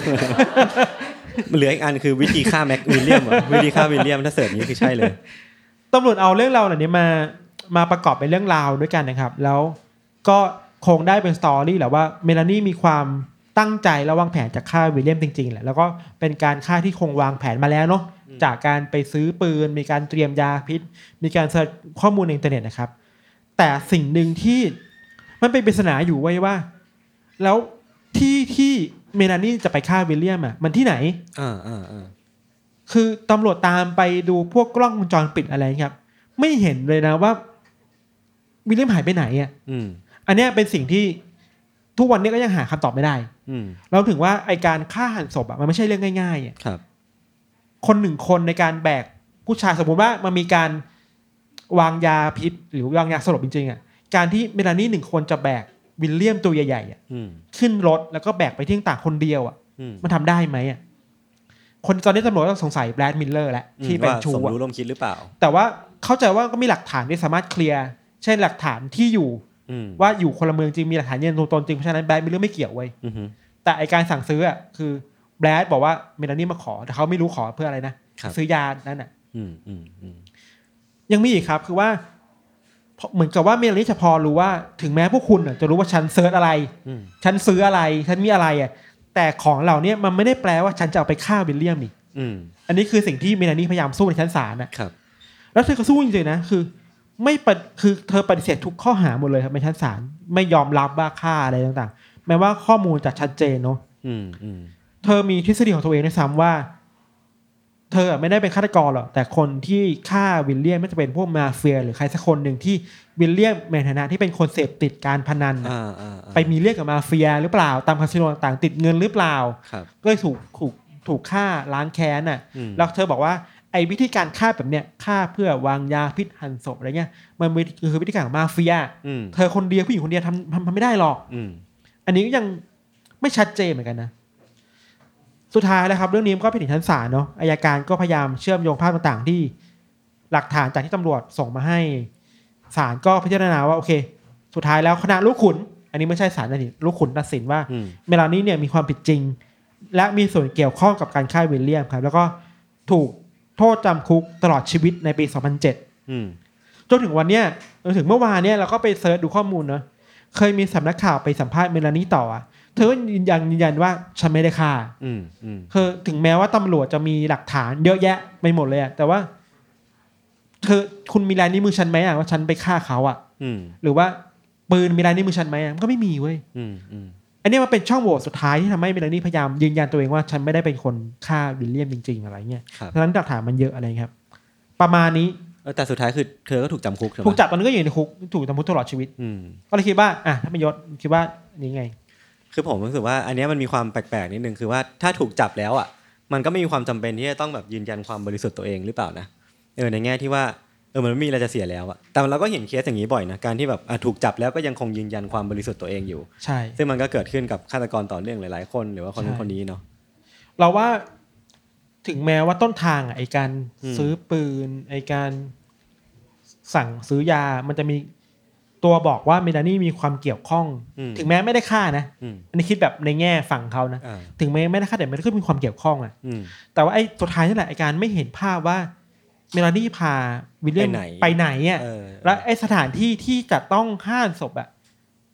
เหลืออีกอันคือวิธีฆ่าแม็กวิลเลียมวิธีฆ่าวิลเลียมถ้าเสิร์ชนี้คือใช่เลยตำรวจเอาเรื่องราวเหล่านี้มาประกอบเป็นเรื่องราวด้วยกันนะครับแล้วก็คงได้เป็นสตอรี่แหละว่าเมลานีมีความตั้งใจและวางแผนจะฆ่าวิลเลียมจริงๆแหละแล้วก็เป็นการฆ่าที่คงวางแผนมาแล้วเนาะจากการไปซื้อปืนมีการเตรียมยาพิษมีการเสิร์ชข้อมูลในอินเทอร์เน็ตนะครับแต่สิ่งหนึ่งที่มันเป็นปริศนาอยู่ไว้ว่าแล้วที่เมลานีจะไปฆ่าวิลเลียมอ่ะมันที่ไหนคือตำรวจตามไปดูพวกกล้องวงจรปิดอะไรครับไม่เห็นเลยนะว่าวิลเลียมหายไปไหนอ่ะอันนี้เป็นสิ่งที่ทุกวันนี้ก็ยังหาคำตอบไม่ได้เราถึงว่าไอการฆ่าหันศพอ่ะมันไม่ใช่เรื่องง่ายๆอ่ะคนหนึ่งคนในการแบกผู้ชายสมมติว่ามันมีการวางยาพิษหรือวางยาสลบจริงๆอ่ะการที่เมลานีหนึ่งคนจะแบกวิลเลียมตัวใหญ่ๆอ่ะขึ้นรถแล้วก็แบกไปที่ต่างคนเดียวอ่ะมันทำได้ไหมอ่ะคนตอนนี้ตำรวจต้องสงสัยแบรดมิลเลอร์แหละที่เป็นชู้สมรู้ร่วมคิดหรือเปล่าแต่ว่าเข้าใจว่าก็มีหลักฐานที่สามารถเคลียร์เช่นหลักฐานที่อยู่ว่าอยู่คนละเมืองจริงมีหลักฐานยืนยันตัวตนจริงเพราะฉะนั้นแบรดมิลเลอร์ไม่เกี่ยวไว้แต่ไอการสั่งซื้ออ่ะคือแบรดบอกว่าเมลานีมาขอแต่เขาไม่รู้ขอเพื่ออะไรนะซื้อยานั่นน่ะยังมีอีกครับคือว่าเหมือนกับว่าเมลานีจะพอรู้ว่าถึงแม้พวกคุณจะรู้ว่าฉันเซิร์ชอะไรฉันซื้ออะไรฉันมีอะไรอ่ะแต่ของเหล่านี้มันไม่ได้แปลว่าฉันจะเอาไปฆ่าวิลเลียมนี่อันนี้คือสิ่งที่เมลานีพยายามสู้ในชั้นศาลนะครับแล้วเธอก็สู้จริงๆนะคือเธอปฏิเสธทุกข้อหาหมดเลยครับในชั้นศาลไม่ยอมรับว่าฆ่าอะไรต่างๆแม้ว่าข้อมูลจะชัดเจนเนาะเธอมีทฤษฎีของตัวเองด้วยซ้ำว่าเธอไม่ได้เป็นฆาตกรหรอกแต่คนที่ฆ่าวิลเลียมไม่จะเป็นพวกมาเฟียหรือใครสักคนหนึ่งที่วิลเลียมในฐานะที่เป็นคนเสพติดการพนันไปมีเรื่องกับมาเฟียหรือเปล่าตามคาสิโนต่างๆติดเงินหรือเปล่าก็เลยถูกฆ่าล้างแค้นน่ะแล้วเธอบอกว่าไอ้วิธีการฆ่าแบบเนี้ยฆ่าเพื่อวางยาพิษหั่นศพอะไรเงี้ยมันคือวิธีการของมาเฟียเธอคนเดียวผู้หญิงคนเดียวทำไม่ได้หรอกอันนี้ก็ยังไม่ชัดเจนเหมือนกันนะสุดท้ายแล้วครับเรื่องนี้ก็ไปถึงชั้นศาลเนาะอัยการก็พยายามเชื่อมโยงภาพต่างๆที่หลักฐานจากที่ตำรวจส่งมาให้ศาลก็พิจารณาว่าโอเคสุดท้ายแล้วคณะลูกขุนอันนี้ไม่ใช่ศาลนะนี่ลูกขุนตัดสินว่าเมลานีเนี่ยมีความผิดจริงและมีส่วนเกี่ยวข้องกับการฆ่าวิลเลียมครับแล้วก็ถูกโทษจำคุกตลอดชีวิตในปี 2007จนถึงวันเนี้ยจนถึงเมื่อวานเนี่ยเราก็ไปเสิร์ชดูข้อมูลเนาะเคยมีสำนักข่าวไปสัมภาษณ์เมลานีต่อเธอก็ยืนยันว่าฉันไม่ได้ฆ่าคือถึงแม้ว่าตำรวจจะมีหลักฐานเยอะแยะไปหมดเลยแต่ว่าคุณมีลายนิ้วมือฉันไหมว่าฉันไปฆ่าเขาหรือว่าปืนมีลายนิ้วมือฉันไหมมันก็ไม่มีเว้ยอันนี้มันเป็นช่องโหว่สุดท้ายที่ทำให้เมลานีพยายามยืนยันตัวเองว่าฉันไม่ได้เป็นคนฆ่าวิลเลียมจริงๆอะไรเงี้ยเพราะฉะนั้นหลักฐานมันเยอะอะไรครับประมาณนี้แต่สุดท้ายคือเธอก็ถูกจำคุกถูกจับตอนนั้นก็อยู่ในคุกถูกจำคุกตลอดชีวิตก็เลยคิดว่าถ้าไม่ยศคิดว่านี่ไงคือผมรู้สึกว่าอันนี้มันมีความแปลกๆนิดนึงคือว่าถ้าถูกจับแล้วมันก็ไม่มีความจำเป็นที่จะต้องแบบยืนยันความบริสุทธิ์ตัวเองหรือเปล่านะในแง่ที่ว่ามันไม่มีอะไรจะเสียแล้วแต่เราก็เห็นเคสอย่างนี้บ่อยนะการที่แบบถูกจับแล้วก็ยังคงยืนยันความบริสุทธิ์ตัวเองอยู่ใช่ซึ่งมันก็เกิดขึ้นกับฆาตกรต่อเนื่องหลายๆคนหรือว่าคนนี้เนาะเราว่าถึงแม้ว่าต้นทางไอ้การซื้อปืนไอ้การสั่งซื้อยามันจะมีตัวบอกว่าเมลานีมีความเกี่ยวข้องถึงแม้ไม่ได้ฆ่านะอันนี้คิดแบบในแง่ฝั่งเขานะถึงแม้ไม่ได้ฆ่าแต่มันก็มีความเกี่ยวข้องแต่ว่าไอ้สุดท้ายนั่นแหละไอ้การไม่เห็นภาพว่าเมลานีพาวิลเลียมไปไหนและไอ้สถานที่ที่จะต้องฆ่าศพ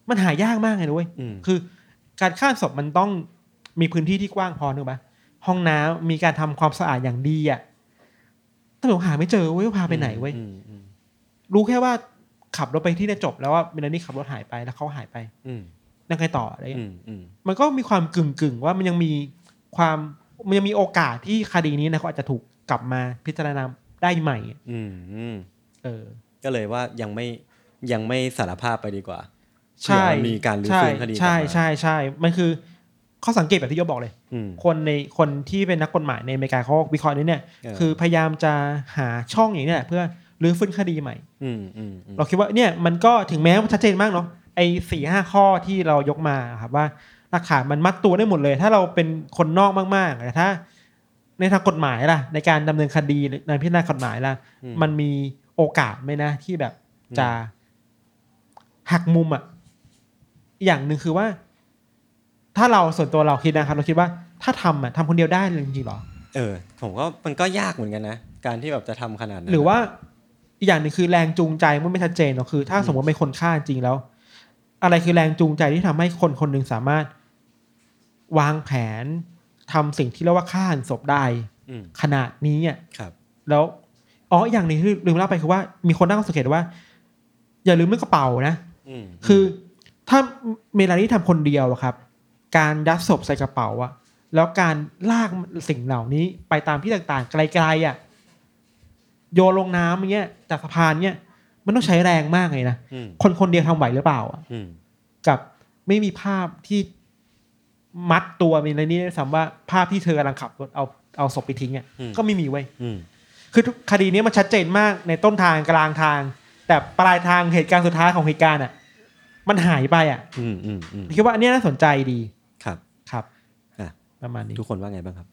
มันหายากมากเลยนะเว้ยคือการฆ่าศพมันต้องมีพื้นที่ที่กว้างพอนึกปะห้องน้ำมีการทำความสะอาดอย่างดีอ่ะแต่ผมหาไม่เจอเว้ยว่าพาไปไหนเว้ยรู้แค่ว่าขับรถไปที่เนี่ยจบแล้วว่าเมลานี่ขับรถหายไปแล้วเขาหายไปนั่งไงต่ออะไรมันก็มีความกึ่งว่ามันยังมีโอกาสที่คดีนี้นะเขาอาจจะถูกกลับมาพิจารณาได้ใหม่ก็เลยว่ายังไม่สารภาพไปดีกว่าใช่มีการรื้อฟื้นคดีใช่มันคือข้อสังเกตแบบที่โยบอกเลยคนที่เป็นนักกฎหมายในอเมริกาเขาวิเคราะห์นี้เนี่ยคือพยายามจะหาช่องอย่างนี้แหละเพื่อรื้อฟื้นคดีใหม่เราคิดว่าเนี่ยมันก็ถึงแม้ว่าชัดเจนมากเนาะไอ้ 4-5 ข้อที่เรายกมาครับว่าหลักฐานมันมัดตัวได้หมดเลยถ้าเราเป็นคนนอกมากๆแต่ถ้าในทางกฎหมายล่ะในการดำเนินคดีในพิจารณากฎหมายล่ะมันมีโอกาสไหมนะที่แบบจะหักมุมอ่ะอย่างหนึ่งคือว่าถ้าเราส่วนตัวเราคิดนะครับเราคิดว่าถ้าทำคนเดียวได้เลยจริงๆหรอผมก็มันก็ยากเหมือนกันนะการที่แบบจะทำขนาดนั้นหรือว่าอีกอย่างหนึ่งคือแรงจูงใจมันไม่ชัดเจนหรอกคือถ้าสมมติเป็นคนฆ่าจริงแล้วอะไรคือแรงจูงใจที่ทำให้คนคนหนึ่งสามารถวางแผนทำสิ่งที่เรียกว่าฆ่าหันศพได้ขนาดนี้อ่ะแล้วอย่างนึงที่ลืมเล่าไปคือว่ามีคนตั้งข้อสังเกตว่าอย่าลืมเรื่องกระเป๋านะคือถ้าเมลานี่ทำคนเดียวอะครับการยัดศพใส่กระเป๋าอะแล้วการลากสิ่งเหล่านี้ไปตามที่ต่างๆไกลๆอะโยนลงน้ำอย่างเงี้ยจากสะพานเงี้ยมันต้องใช้แรงมากเลยนะคนเดียวทำไหวหรือเปล่าอะกับไม่มีภาพที่มัดตัวเมลานี่ได้ซ้ำว่าภาพที่เธอกำลังขับรถเอาศพไปทิ้งอะก็ไม่มีไว้คือคดีนี้มันชัดเจนมากในต้นทางกลางทางแต่ปลายทางเหตุการณ์สุดท้ายของเหตุการณ์อ่ะมันหายไปอ่ะคิดว่าอันนี้น่าสนใจดีครับประมาณนี้ทุกคนว่าไงบ้างครับ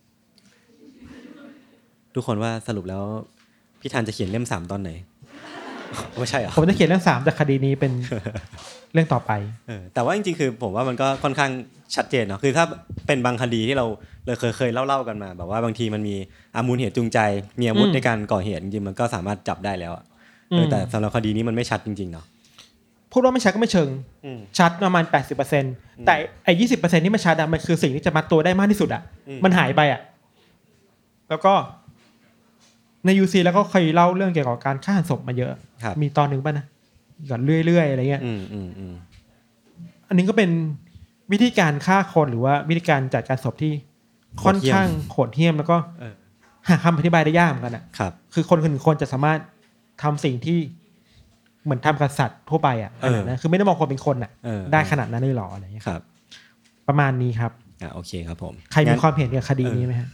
ทุกคนว่าสรุปแล้วพี่ธันจะเขียนเล่ม3ตอนไหนไม่ใช่เหรอผมจะเขียนเรื่อง3แต่คดีนี้เป็นเรื่องต่อไปแต่ว่าจริงๆคือผมว่ามันก็ค่อนข้างชัดเจนเนาะคือถ้าเป็นบางคดีที่เราเคยเล่ากันมาแบบว่าบางทีมันมีมูลเหตุจูงใจมีอาวุธในการก่อเหตุจริงๆมันก็สามารถจับได้แล้วแต่สำหรับคดีนี้มันไม่ชัดจริงๆเนาะพูดว่าไม่ชัดก็ไม่เชิงชัดประมาณ 80% แต่ไอ้ 20% ที่มันชัดมันคือสิ่งที่จะมัดตัวได้มากที่สุดอ่ะมันหายไปอ่ะแล้วก็ใน UC แล้วก็เคยเล่าเรื่องเกี่ยวกับการฆ่าหันศพมาเยอะมีตอนนึงป่ะนะก่อนเรื่อยๆอะไรเงี้ยอันนี้ก็เป็นวิธีการฆ่าคนหรือว่าวิธีการจัดการศพที่ค่อนข้างโหดเหี้ยมแล้วก็หาคำอธิบายได้ยากเหมือนกันอ่ะคือคนหนึ่งคนจะสามารถทำสิ่งที่เหมือนทำกับสัตว์ทั่วไปอ่ะนะคือไม่ได้มองคนเป็นคนอ่ะได้ขนาดนั้นเลยหรออะไรเงี้ยครับประมาณนี้ครับโอเคครับผมใครมีความเห็นเกี่ยวกับคดีนี้ไหมฮะ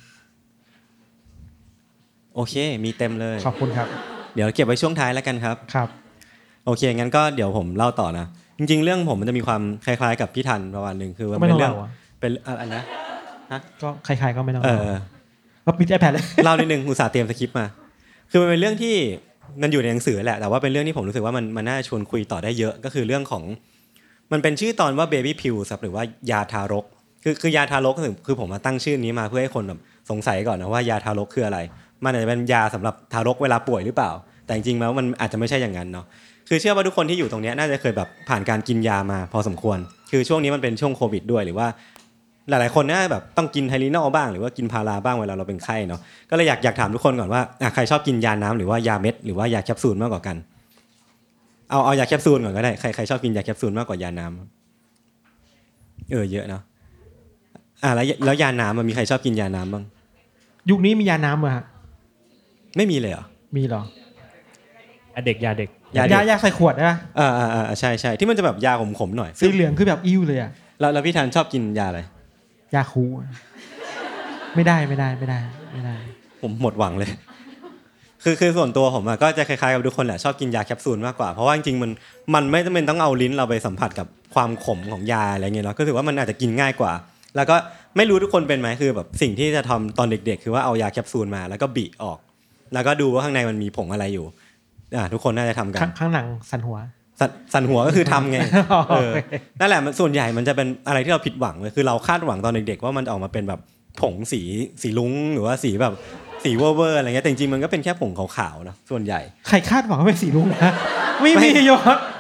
โอเคมีเต็มเลยขอบคุณครับเดี๋ยวเก็บไว้ช่วงท้ายแล้วกันครับครับโอเคงั้นก็เดี๋ยวผมเล่าต่อนะจริงๆเรื่องผมมันจะมีความคล้ายๆกับพี่ทันประมาณนึงคือมันเป็นเรื่องเป็นอะไรนะก็คล้ายๆก็ไม่ต้องก็ปิด iPad เลยเล่านิดนึงอุตส่าห์เตรียมสคริปต์มาคือมันเป็นเรื่องที่มันอยู่ในหนังสือแหละแต่ว่าเป็นเรื่องที่ผมรู้สึกว่ามันน่าชวนคุยต่อได้เยอะก็คือเรื่องของมันเป็นชื่อตอนว่า baby pills หรือว่ายาทารกคือยาทารกคือผมมาตั้งชื่อนี้มาเพื่อให้คนแบบสงสัยก่อนนะว่ายาทารกคืออะไรมันอาจจะเป็นยาสำหรับทารกเวลาป่วยหรือเปล่าแต่จริงๆแล้วมันอาจจะไม่ใช่อย่างนั้นเนาะคือเชื่อว่าทุกคนที่อยู่ตรงนี้น่าจะเคยแบบผ่านการกินยามาพอสมควรคือช่วงนี้มันเป็นช่วงโควิดด้วยหรือว่าหลายๆคนน่าแบบต้องกินไทลินอลบ้างหรือว่ากินพาราบ้างเวลาเราเป็นไข้เนาะก็เลยอยากถามทุกคนก่อนว่าใครชอบกินยาน้ำหรือว่ายาเม็ดหรือว่ายาแคปซูลมากกว่ากันเอายาแคปซูลก่อนก็ได้ใครชอบกินยาแคปซูลมากกว่ายาน้ำเยอะเนาะแล้วยาน้ำมันมีใครชอบกินยาน้ำบ้างยุคนี้มียาน้ำมั้ยฮะไม่มีเลยเหรอมีเหรอเด็กยาเด็กยาใส่ขวดนะใช่ๆที่มันจะแบบยาขมๆหน่อยสีเหลืองคือแบบอิ่วเลยอ่ะแล้วพี่ธันชอบกินยาอะไรยาคูไม่ได้ผมหมดหวังเลยคือส่วนตัวผมก็จะคล้ายๆกับทุกคนแหละชอบกินยาแคปซูลมากกว่าเพราะว่าจริงๆมันไม่จำเป็นต้องเอาลิ้นเราไปสัมผัสกับความขมของยาอะไรเงี้ยเนาะก็ถือว่ามันอาจจะกินง่ายกว่าแล้วก็ไม่รู้ทุกคนเป็นไหมคือแบบสิ่งที่จะทำตอนเด็กๆคือว่าเอายาแคปซูลมาแล้วก็บีออกแล้วก็ดูว่าข้างในมันมีผงอะไรอยู่ทุกคนน่าจะทำกันข้างหลังสั่นหัวก็คือทำไงนั่นแหละมันส่วนใหญ่มันจะเป็นอะไรที่เราผิดหวังเลยคือเราคาดหวังตอนเด็กๆว่ามันออกมาเป็นแบบผงสีลุ้งหรือว่าสีแบบสีเวอร์อะไรเงี้ยแต่จริงๆมันก็เป็นแค่ผงขาวๆนะส่วนใหญ่ใครคาดหวังว่าเป็นสีลุ้งนะไม่มียศ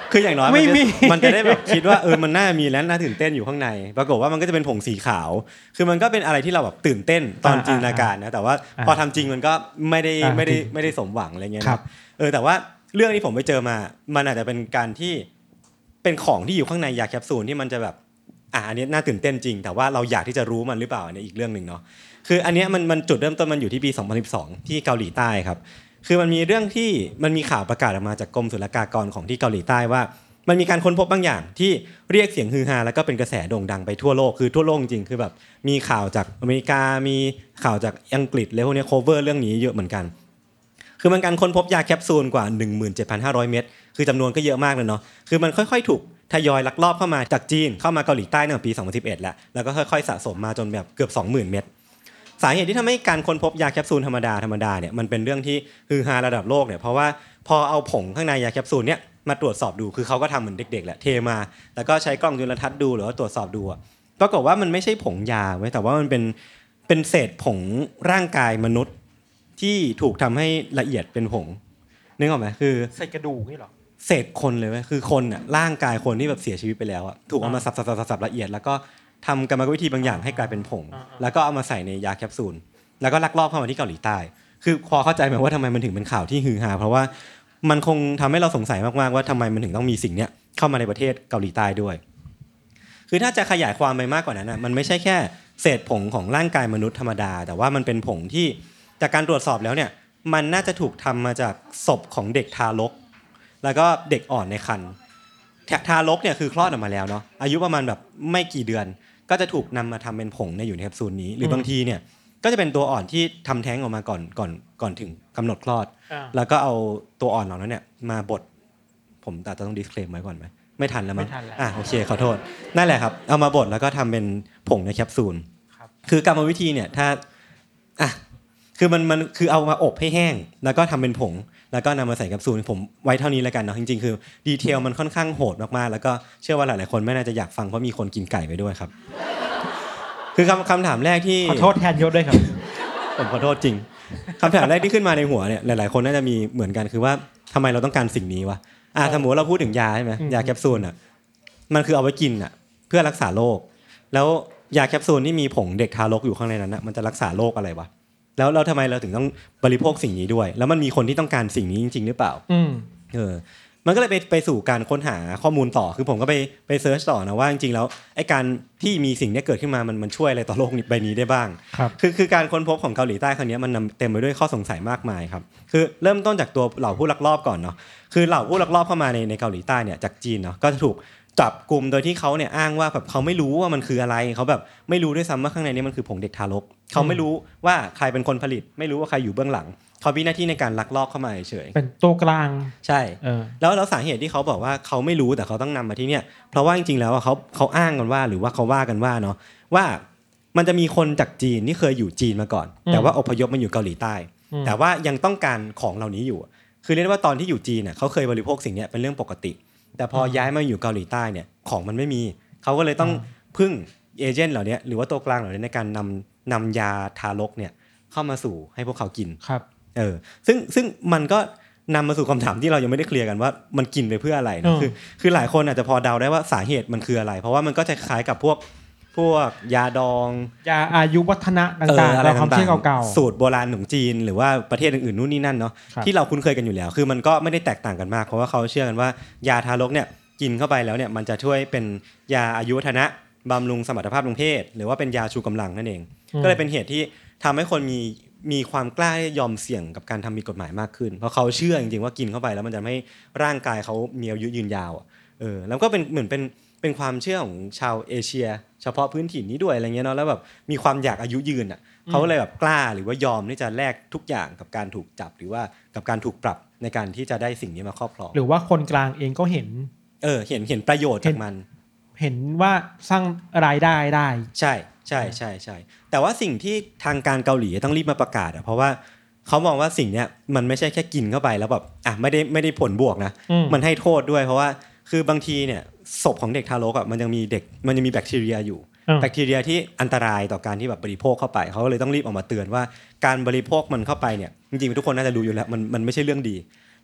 คืออย่างน้อยไม่มีมันจะได้แบบคิดว่ามันน่ามีและน่าตื่นเต้นอยู่ข้างในปรากฏว่ามันก็จะเป็นผงสีขาวคือมันก็เป็นอะไรที่เราแบบตื่นเต้นตอนจินตนาการนะแต่ว่าพอทำจริงมันก็ไม่ได้สมหวังอะไรเงี้ยนะแต่ว่าเรื่องที่ผมไปเจอมามันอาจจะเป็นการที่เป็นของที่อยู่ข้างในยาแคปซูลที่มันจะแบบอันนี้น่าตื่นเต้นจริงแต่ว่าเราอยากที่จะรู้มันหรือเปล่าเนี่ยอีกเรื่องนึงเนาะคืออันเนี้ยมันจุดเริ่มต้นมันอยู่ที่ปี2012ที่เกาหลีใต้ครับคือมันมีเรื่องที่มันมีข่าวประกาศออกมาจากกรมศุลกากรของที่เกาหลีใต้ว่ามันมีการค้นพบบางอย่างที่เรียกเสียงฮือฮาแล้วก็เป็นกระแสโด่งดังไปทั่วโลกคือทั่วโลกจริงคือแบบมีข่าวจากอเมริกามีข่าวจากอังกฤษแล้วพวกนี้โคเวอร์เรื่องนี้เยอะเหมือนกันคือมันการค้นพบยาแคปซูลกว่า 17,500 เม็ดคือจำนวนก็เยอะมากเลยเนาะคือมันค่อยๆถูกทยอยลักลอบเข้ามาจากจีนเข้ามาเกาหลีใต้ในปี2011แล้วก็ค่อยๆสะสมมาจนแบบเกือบ 20,000 เม็ดสาเหตุที่ทำให้การค้นพบยาแคปซูลธรรมดาเนี่ยมันเป็นเรื่องที่ฮือฮาระดับโลกเนี่ยเพราะว่าพอเอาผงข้างในยาแคปซูลเนี่ยมาตรวจสอบดูคือเขาก็ทำเหมือนเด็กๆแหละเทมาแล้วก็ใช้กล้องจุลทรรศน์ดูหรือว่าตรวจสอบดูปรากฏว่ามันไม่ใช่ผงยาไว้แต่ว่ามันเป็นเศษผงร่างกายมนุษย์ที่ถูกทำให้ละเอียดเป็นผงนึกออกไหมคือใส่กระดูกนี่หรอเศษคนเลยเว้ยคือคนอ่ะร่างกายคนที่แบบเสียชีวิตไปแล้วอ่ะถูกเอามาสับละเอียดแล้วก็ทำกรรมวิธีบางอย่างให้กลายเป็นผงแล้วก็เอามาใส่ในยาแคปซูลแล้วก็ลักลอบเข้ามาที่เกาหลีใต้คือพอเข้าใจไหมว่าทำไมมันถึงเป็นข่าวที่ฮือฮาเพราะว่ามันคงทำให้เราสงสัยมากๆว่าทำไมมันถึงต้องมีสิ่งเนี้ยเข้ามาในประเทศเกาหลีใต้ด้วยคือถ้าจะขยายความไปมากกว่านั้นมันไม่ใช่แค่เศษผงของร่างกายมนุษย์ธรรมดาแต่ว่ามันเป็นผงที่จากการตรวจสอบแล้วเนี่ยมันน่าจะถูกทำมาจากศพของเด็กทารกแล้วก็เด็กอ่อนในครรภ์ทารกเนี่ยคือคลอดออกมาแล้วเนาะอายุประมาณแบบไม่กี่เดือนก็จะถูกนำมาทำเป็นผงในอยู่ในแคปซูลนี้หรือบางทีเนี่ยก็จะเป็นตัวอ่อนที่ทำแท้งออกมาก่อนถึงกำหนดคลอดแล้วก็เอาตัวอ่อนเหล่านั้นเนี่ยมาบดผมแต่ต้องดิสเคลมไว้ก่อนไหมไม่ทันแล้วมั้งโอเคขอโทษนั่นแหละครับเอามาบดแล้วก็ทำเป็นผงในแคปซูลคือกรรมวิธีเนี่ยถ้าคือมันคือเอามาอบให้แห้งแล้วก็ทำเป็นผงแล้วก็นำมาใส่แคปซูลผมไว้เท่านี้แล้วกันเนาะจริงๆคือดีเทลมันค่อนข้างโหดมากๆแล้วก็เชื่อว่าหลายๆคนไม่น่าจะอยากฟังเพราะมีคนกินไก่ไปด้วยครับคือคำถามแรกที่ขอโทษแทนยศด้วยครับผมขอโทษจริงคำถามแรกที่ขึ้นมาในหัวเนี่ยหลายๆคนน่าจะมีเหมือนกันคือว่าทำไมเราต้องการสิ่งนี้วะสมมติเราพูดถึงยาใช่ไหมยาแคปซูลมันคือเอาไว้กินเพื่อรักษาโรคแล้วยาแคปซูลที่มีผงเด็กทารกอยู่ข้างในนั้นมันจะรักษาโรคอะไรวะแล้วเราทำไมเราถึงต้องบริโภคสิ่งนี้ด้วยแล้วมันมีคนที่ต้องการสิ่งนี้จริงๆหรือเปล่ามันก็เลยไปสู่การค้นหาข้อมูลต่อคือผมก็ไปเซิร์ชต่อนะว่าจริงๆแล้วไอ้การที่มีสิ่งนี้เกิดขึ้นมามันช่วยอะไรต่อโลกใบนี้ได้บ้างคือการค้นพบของเกาหลีใต้ครั้งนี้มันเต็มไปด้วยข้อสงสัยมากมายครับคือเริ่มต้นจากตัวเหล่าผู้ลักลอบก่อนเนาะคือเหล่าผู้ลักลอบเข้ามาในเกาหลีใต้เนี่ยจากจีนเนาะก็จะถูกจับกลุ่มโดยที่เขาเนี่ยอ้างว่าแบบเขาไม่รู้ว่ามันคืออะไรเขาแบบไม่รู้ด้วยซ้ำว่าข้างในนี้มันคือผงเด็กทารกเขาไม่รู้ว่าใครเป็นคนผลิตไม่รู้ว่าใครอยู่เบื้องหลังเขามีหน้าที่ในการลักลอบเข้ามาเฉยเป็นตัวกลางใช่แล้วสาเหตุที่เขาบอกว่าเขาไม่รู้แต่เขาต้องนำมาที่เนี่ยเพราะว่าจริงๆแล้วเขาอ้างกันว่าหรือว่าเขาว่ากันว่าเนาะว่ามันจะมีคนจากจีนที่เคยอยู่จีนมาก่อนแต่ว่าอพยพมาอยู่เกาหลีใต้แต่ว่ายังต้องการของเหล่านี้อยู่คือเรียกว่าตอนที่อยู่จีนเขาเคยบริโภคสิ่งนี้เป็นเรื่องปกติแต่พอย้ายมาอยู่เกาหลีใต้เนี่ยของมันไม่มีเขาก็เลยต้องพึ่งเอเจนต์เหล่านี้หรือว่าตัวกลางเหล่านี้ในการนำยาทารกเนี่ยเข้ามาสู่ให้พวกเขากินครับซึ่งมันก็นำมาสู่คำถามที่เรายังไม่ได้เคลียร์กันว่ามันกินไปเพื่ออะไรนะคือหลายคนอาจจะพอเดาได้ว่าสาเหตุมันคืออะไรเพราะว่ามันก็จะคล้ายกับพวกยาดองยาอายุวัฒนะต่างๆอะไรความเชื่อเก่าๆสูตรโบราณของจีนหรือว่าประเทศอื่นๆนู่นนี่นั่นเนาะที่เราคุ้นเคยกันอยู่แล้วคือมันก็ไม่ได้แตกต่างกันมากเพราะว่าเขาเชื่อกันว่ายาทารกเนี่ยกินเข้าไปแล้วเนี่ยมันจะช่วยเป็นยาอายุวัฒนะบำรุงสมรรถภาพทางเพศหรือว่าเป็นยาชูกำลังนั่นเองก็เลยเป็นเหตุที่ทำให้คนมีความกล้ายอมเสี่ยงกับการทำผิดกฎหมายมากขึ้นเพราะเขาเชื่อจริงๆว่ากินเข้าไปแล้วมันจะให้ร่างกายเขามีอายุยืนยาวแล้วก็เป็นเหมือนเป็นความเชื่อของชาวเอเชียเฉพาะพื้นถิ่นนี้ด้วยอะไรเงี้ยเนาะแล้วแบบมีความอยากอายุยืนเขาเลยแบบกล้าหรือว่ายอมที่จะแลกทุกอย่างกับการถูกจับหรือว่ากับการถูกปรับในการที่จะได้สิ่งนี้มาครอบครองหรือว่าคนกลางเองก็เห็นเห็นประโยชน์จากมันเห็นว่าสร้างรายได้ใช่แต่ว่าสิ่งที่ทางการเกาหลีต้องรีบมาประกาศเพราะว่าเขามองว่าสิ่งเนี้ยมันไม่ใช่แค่กินเข้าไปแล้วแบบไม่ได้ผลบวกนะมันให้โทษด้วยเพราะว่าคือบางทีเนี่ยศพของเด็กทารกมันยังมีแบคทีเรียอยู่แบคทีเรียที่อันตรายต่อการที่แบบบริโภคเข้าไปเขาก็เลยต้องรีบออกมาเตือนว่าการบริโภคมันเข้าไปเนี่ยจริงๆทุกคนน่าจะรู้อยู่แล้วมันไม่ใช่เรื่องดี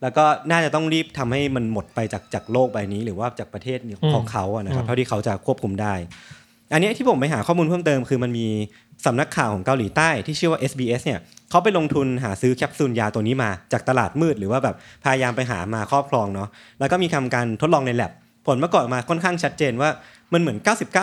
แล้วก็น่าจะต้องรีบทำให้มันหมดไปจากโลกใบนี้หรือว่าจากประเทศของเขาอะนะครับเท่าที่เขาจะควบคุมได้อันนี้ที่ผมไปหาข้อมูลเพิ่มเติมคือมันมีสำนักข่าวของเกาหลีใต้ที่ชื่อว่า SBS เนี่ยเขาไปลงทุนหาซื้อแคปซูลยาตัวนี้มาจากตลาดมืดหรือว่าแบบพยายามไปหามาครอบครองเนาะแล้วก็มีทำการทดลองใน lab ผลปรากฏมาค่อนข้างชัดเจนว่ามันเหมือน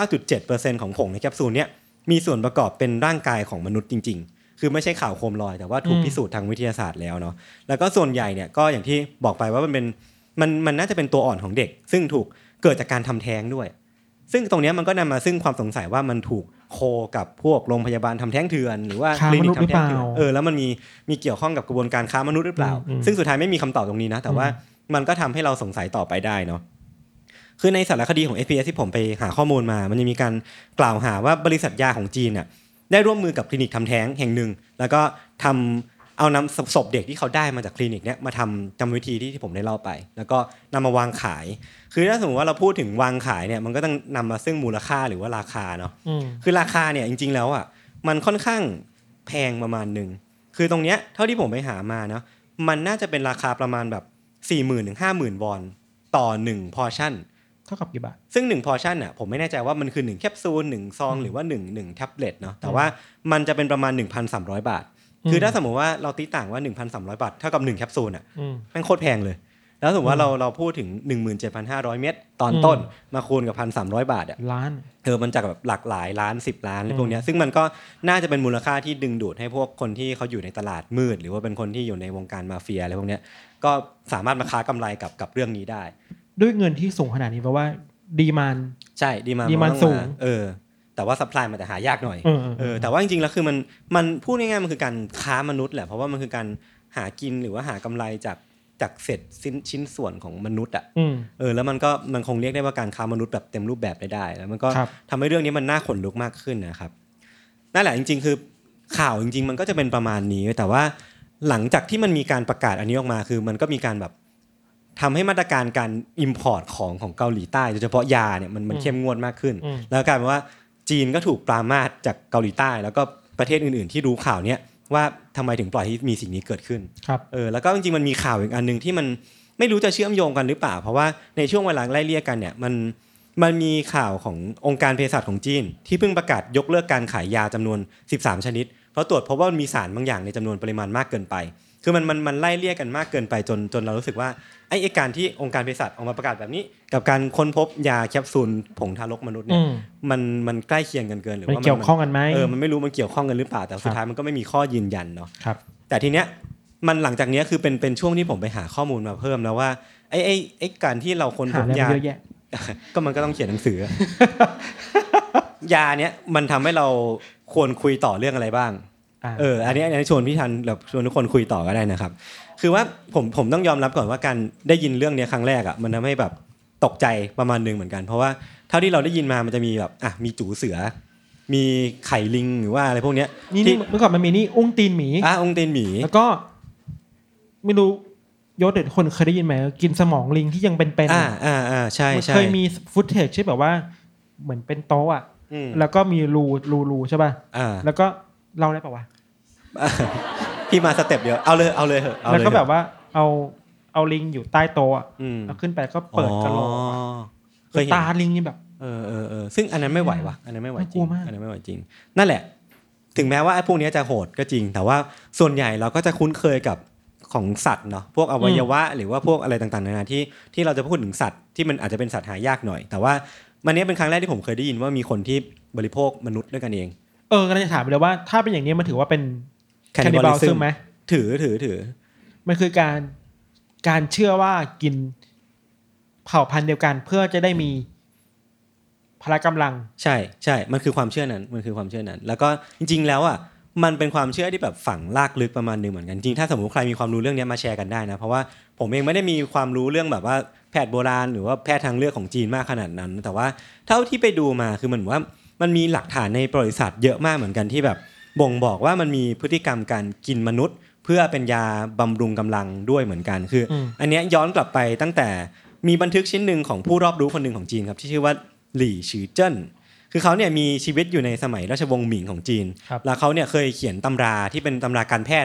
99.7% ของผงในแคปซูลเนี่ยมีส่วนประกอบเป็นร่างกายของมนุษย์จริงๆคือไม่ใช่ข่าวโคมลอยแต่ว่าถูกพิสูจน์ทางวิทยาศาสตร์แล้วเนาะแล้วก็ส่วนใหญ่เนี่ยก็อย่างที่บอกไปว่ามันน่าจะเป็นตัวอ่อนของเด็กซึ่งถูกเกิดจากการทำแท้งด้วยซึ่งตรงนี้มันก็นำมาซึ่งความสงสัยว่ามันถูกโคกับพวกโรงพยาบาลทำแท้งเถื่อนหรือว่าคลินิกทำแท้งเถื่อนแล้วมันมีเกี่ยวข้องกับกระบวนการค้ามนุษย์หรือเปล่าซึ่งสุดท้ายไม่มีคำตอบตรงนี้นะแต่ว่ามันก็ทำให้เราสงสัยต่อไปได้เนาะคือในสารคดีของ SBS ที่ผมไปหาข้อมูลมามันจะมีการกล่าวหาว่าบริษัทยาของจีนน่ะได้ร่วมมือกับคลินิกทำแท้งแห่งหนึ่งแล้วก็เอานำศพเด็กที่เขาได้มาจากคลินิกเนี้ยมาทำกรรมวิธีที่ผมได้เล่าไปแล้วก็นำมาวางขายคือถ้าสมมติว่าเราพูดถึงวางขายเนี่ยมันก็ต้องนำมาซึ่งมูลค่าหรือว่าราคาเนาะคือราคาเนี่ยจริงๆแล้วอ่ะมันค่อนข้างแพงประมาณนึงคือตรงเนี้ยเท่าที่ผมไปหามาเนาะมันน่าจะเป็นราคาประมาณแบบ 40,000 ถึง 50,000 วอนต่อ1พอร์ชั่นเท่ากับกี่บาทซึ่ง1พอร์ชั่นน่ะผมไม่แน่ใจว่ามันคือ1แคปซูล1ซองหรือว่า1แท็บเล็ตเนาะแต่ว่ามันจะเป็นประมาณ 1,300 บาทคือถ้าสมมุติว่าเราตีต่างว่า 1,300 บาทเท่ากับ1แคปซูลอ่ะแม่งโคตรแพงเลยแล้วสมมติว่าเราพูดถึง 17,500 เม็ดตอนต้นมาคูณกับ 1,300 บาทอ่ะล้านมันจะแบบหลากหลายล้าน10ล้านอะไรพวกเนี้ยซึ่งมันก็น่าจะเป็นมูลค่าที่ดึงดูดให้พวกคนที่เขาอยู่ในตลาดมืดหรือว่าเป็นคนที่อยู่ในวงการมาเฟียอะไรพวกเนี้ยก็สามารถมาค้ากำไรกับเรื่องนี้ได้ด้วยเงินที่สูงขนาดนี้เพราะว่าดีมานด์ใช่ดีมานด์สูงแต่ว่าซัพพลายมันจะหายากหน่อยแต่ว่าจริงๆแล้วคือมันพูดง่ายๆมันคือการค้ามนุษย์แหละเพราะว่ามันคือการหากินหรือว่าหากำไรจากเศษชิ้นส่วนของมนุษย์อ่ะแล้วมันคงเรียกได้ว่าการค้ามนุษย์แบบเต็มรูปแบบได้แล้วมันก็ทำให้เรื่องนี้มันน่าขนลุกมากขึ้นนะครับนั่นแหละจริงๆคือข่าวจริงๆมันก็จะเป็นประมาณนี้แต่ว่าหลังจากที่มันมีการประกาศอันนี้ออกมาคือมันก็มีการแบบทำให้มาตรการการ import ของเกาหลีใต้โดยเฉพาะยาเนี่ยมันเข้มงวดมากขึ้นแล้วกลายเป็นว่าจีนก็ถูกปรามาสจากเกาหลีใต้แล้วก็ประเทศอื่นๆที่รู้ข่าวเนี้ยว่าทำไมถึงปล่อยให้มีสิ่งนี้เกิดขึ้นแล้วก็จริงๆมันมีข่าวอีกอันนึงที่มันไม่รู้จะเชื่อมโยงกันหรือเปล่าเพราะว่าในช่วงเวลาไล่เลี่ยกันเนี่ยมันมีข่าวขององค์การเภสัชของจีนที่เพิ่งประกาศยกเลิกการขายยาจำนวน13ชนิดเพราะตรวจพบว่ามีสารบางอย่างในจำนวนปริมาณมากเกินไปคือมันไล่เลี่ยกันมากเกินไปจนเรารู้สึกว่าไอ้การที่องค์การเภสัชออกมาประกาศแบบนี้กับการค้นพบยาแคปซูลผงทารกมนุษย์เนี่ยมันใกล้เคียงกันเกินหรือว่ามันเกี่ยวข้องกันไหมมันไม่รู้มันเกี่ยวข้องกันหรือเปล่าแต่สุดท้ายมันก็ไม่มีข้อยืนยันเนาะแต่ทีเนี้ยมันหลังจากนี้คือเป็นช่วงที่ผมไปหาข้อมูลมาเพิ่มแล้วว่าไอ้การที่เราค้นพบยาก็มันก็ต้องเขียนหนังสือยาเนี้ยมันทำให้เราควรคุยต่อเรื่องอะไรบ้างอันนี้ชวนพี่ทันแบบชวนทุกคนคุยต่อก็ได้นะครับคือว่าผมต้องยอมรับก่อนว่าการได้ยินเรื่องนี้ครั้งแรกอ่ะมันทำให้แบบตกใจประมาณนึงเหมือนกันเพราะว่าเท่าที่เราได้ยินมามันจะมีแบบมีจูเสือมีไข่ลิงหรือว่าอะไรพวกเนี้ยนี่เมื่อก่อนมันมีนี่อุ้งตีนหมีอุ้งตีนหมีแล้วก็ไม่รู้ยศเด็ดคนเคยได้ยินไหมกินสมองลิงที่ยังเป็นใช่เคยมีฟุตเทจที่แบบว่าเหมือนเป็นโต๊ะอ่ะแล้วก็มีรูใช่ป่ะแล้วก็เล่าได้ป่าววะพี่มาสเต็ปเดียวเอาเลยเหอะแล้วก็แบบว่าเอาลิงอยู่ใต้โต๊ะเอาขึ้นไปก็เปิดกระโหลกเคยตาลิงนี่แบบซึ่งอันนั้นไม่ไหวว่ะอันนั้นไม่ไหวจริงอันนั้นไม่ไหวจริงนั่นแหละถึงแม้ว่าไอ้พวกนี้จะโหดก็จริงแต่ว่าส่วนใหญ่เราก็จะคุ้นเคยกับของสัตว์เนาะพวกอวัยวะหรือว่าพวกอะไรต่างๆนานาที่เราจะพูดถึงสัตว์ที่มันอาจจะเป็นสัตว์หายากหน่อยแต่ว่ามันนี้เป็นครั้งแรกที่ผมเคยได้ยินว่ามีคนที่บริโภคมนุษย์ด้วยกันเองก็เลยจะถามไปเลยว่าถ้าเป็นอย่างนี้มันถือว่าเป็นแคนนิบาลิซึมไหมถือมันคือการเชื่อว่ากินเผ่าพันธุ์เดียวกันเพื่อจะได้มีพละกำลังใช่มันคือความเชื่อนั้นแล้วก็จริงๆแล้วอ่ะมันเป็นความเชื่อที่แบบฝังลากลึกประมาณนึงเหมือนกันจริงถ้าสมมุติใครมีความรู้เรื่องนี้มาแชร์กันได้นะเพราะว่าผมเองไม่ได้มีความรู้เรื่องแบบว่าแพทย์โบราณหรือว่าแพทย์ทางเลือกของจีนมากขนาดนั้นแต่ว่าเท่าที่ไปดูมาคือมันว่ามันมีหลักฐานในประวัติศาสตร์เยอะมากเหมือนกันที่แบบบ่งบอกว่ามันมีพฤติกรรมการกินมนุษย์เพื่อเป็นยาบำรุงกำลังด้วยเหมือนกันคืออันนี้ย้อนกลับไปตั้งแต่มีบันทึกชิ้นหนึ่งของผู้รอบรู้คนหนึ่งของจีนครับที่ชื่อว่าหลี่ชือเจิ้นคือเขาเนี่ยมีชีวิตอยู่ในสมัยราชวงศ์หมิงของจีนแล้วเขาเนี่ยเคยเขียนตำราที่เป็นตำราการแพทย์แบบ